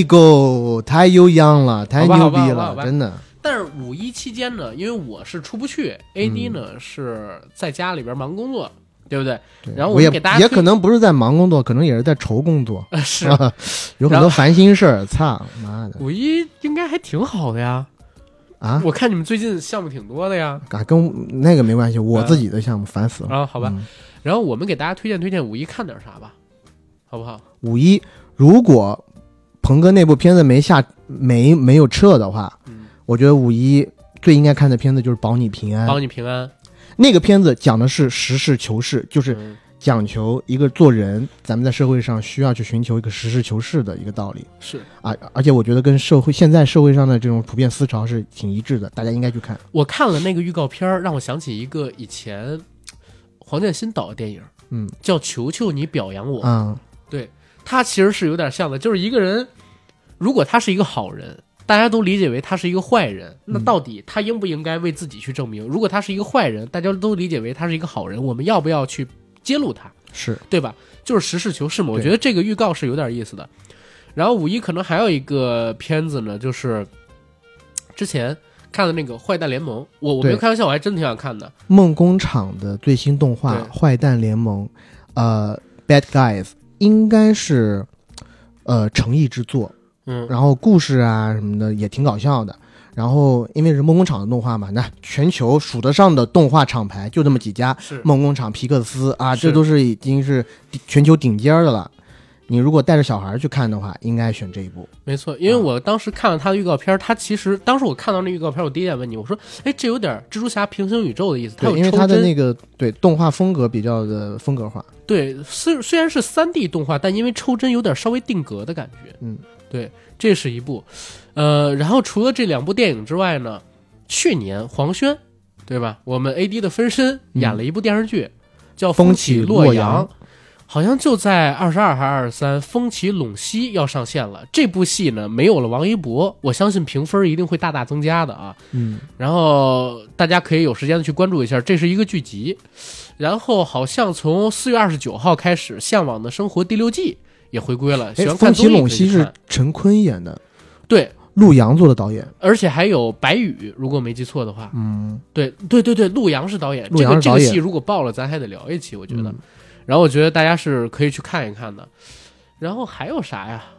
，Amigo 太有样了，太牛逼了，真的。 但是五一期间呢，因为我是出不去 ，AD 呢是在家里边忙工作，对不对？然后我给大家也可能不是在忙工作，可能也是在愁工作， 是有很多烦心事儿。操妈的！ 五一应该还挺好的呀。啊，我看你们最近项目挺多的呀。 跟那个没关系，我自己的项目烦死了。 好吧。然后我们给大家推荐五一看点啥吧。好不好？ 五一如果鹏哥那部片子没有撤的话，我觉得五一最应该看的片子就是《保你平安》。 保你平安那个片子讲的是实事求是，就是讲求一个做人，咱们在社会上需要去寻求一个实事求是的一个道理。 是啊，而且我觉得跟现在社会上的这种普遍思潮是挺一致的，大家应该去看。 我看了那个预告片，让我想起一个以前黄建新导的电影，叫《求求你表扬我》。对，他其实是有点像的，就是一个人，如果他是一个好人，大家都理解为他是一个坏人，那到底他应不应该为自己去证明？如果他是一个坏人，大家都理解为他是一个好人，我们要不要去揭露他？ 是对吧？就是实事求是嘛。我觉得这个预告是有点意思的。然后五一可能还有一个片子呢，就是之前看的那个《坏蛋联盟》，我没有开玩笑，我还真挺想看的。 梦工厂的最新动画《坏蛋联盟》，Bad Guys。应该是诚意之作，然后故事啊什么的也挺搞笑的。然后因为是梦工厂的动画嘛，那全球数得上的动画厂牌就这么几家，梦工厂、皮克斯啊，这都是已经是全球顶尖的了。你如果带着小孩去看的话，应该选这一部。 没错，因为我当时看了他的预告片，他其实当时我看到那预告片，我第一眼问你，我说，哎，这有点蜘蛛侠平行宇宙的意思。 对，因为他的那个动画风格比较的风格化。 对，虽然是3D 动画，但因为抽帧有点稍微定格的感觉。对，这是一部。然后除了这2部电影之外呢，去年黄轩，对吧？我们 AD 的分身演了一部电视剧，叫《风起洛阳》。好像就在22还是23，风起陇西要上线了。这部戏呢没有了王一博，我相信评分一定会大大增加的啊。然后大家可以有时间的去关注一下，这是一个剧集。然后好像从4月29号开始，《向往的生活》第6季也回归了。喜欢看风起陇西是陈坤演的， 对， 陆阳做的导演， 而且还有白宇，如果没记错的话。对，陆阳是导演。 陆阳是导演。 这个戏如果爆了，咱还得聊一期，我觉得。然后我觉得大家是可以去看一看的。然后还有啥呀？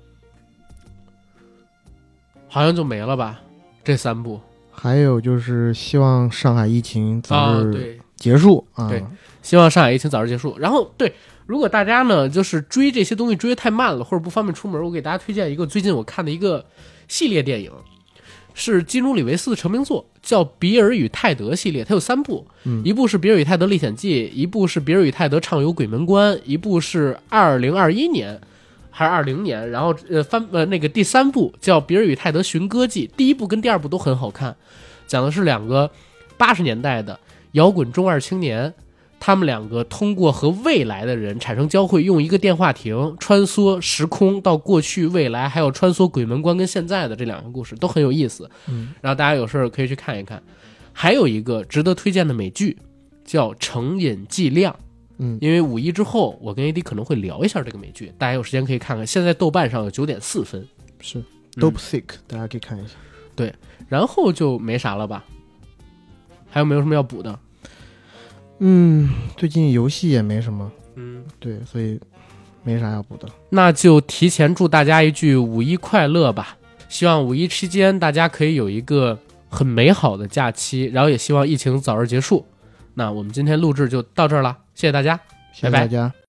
好像就没了吧，这3部。 还有就是希望上海疫情早日结束对，希望上海疫情早日结束。然后对，如果大家呢就是追这些东西追得太慢了，或者不方便出门，我给大家推荐一个最近我看的一个系列电影，是基努里维斯的成名作，叫《比尔与泰德》系列，它有3部，一部是《比尔与泰德历险记》，一部是《比尔与泰德畅游鬼门关》，一部是2021年还是20年，然后那个第3部叫《比尔与泰德寻歌记》。第1部跟第2部都很好看，讲的是2个80年代的摇滚中二青年，他们2个通过和未来的人产生交汇，用一个电话亭穿梭时空到过去未来，还有穿梭鬼门关跟现在的这2个故事都很有意思。然后大家有事可以去看一看。还有一个值得推荐的美剧叫《成瘾剂量》，因为5一之后我跟 AD 可能会聊一下这个美剧，大家有时间可以看看，现在豆瓣上有9.4分， 是 Dope Sick，大家可以看一下。 对，然后就没啥了吧？还有没有什么要补的？ 最近游戏也没什么，对，所以没啥要补的。 那就提前祝大家一句五一快乐吧，希望五一期间大家可以有一个很美好的假期，然后也希望疫情早日结束。那我们今天录制就到这儿了，谢谢大家， 谢谢大家。拜拜。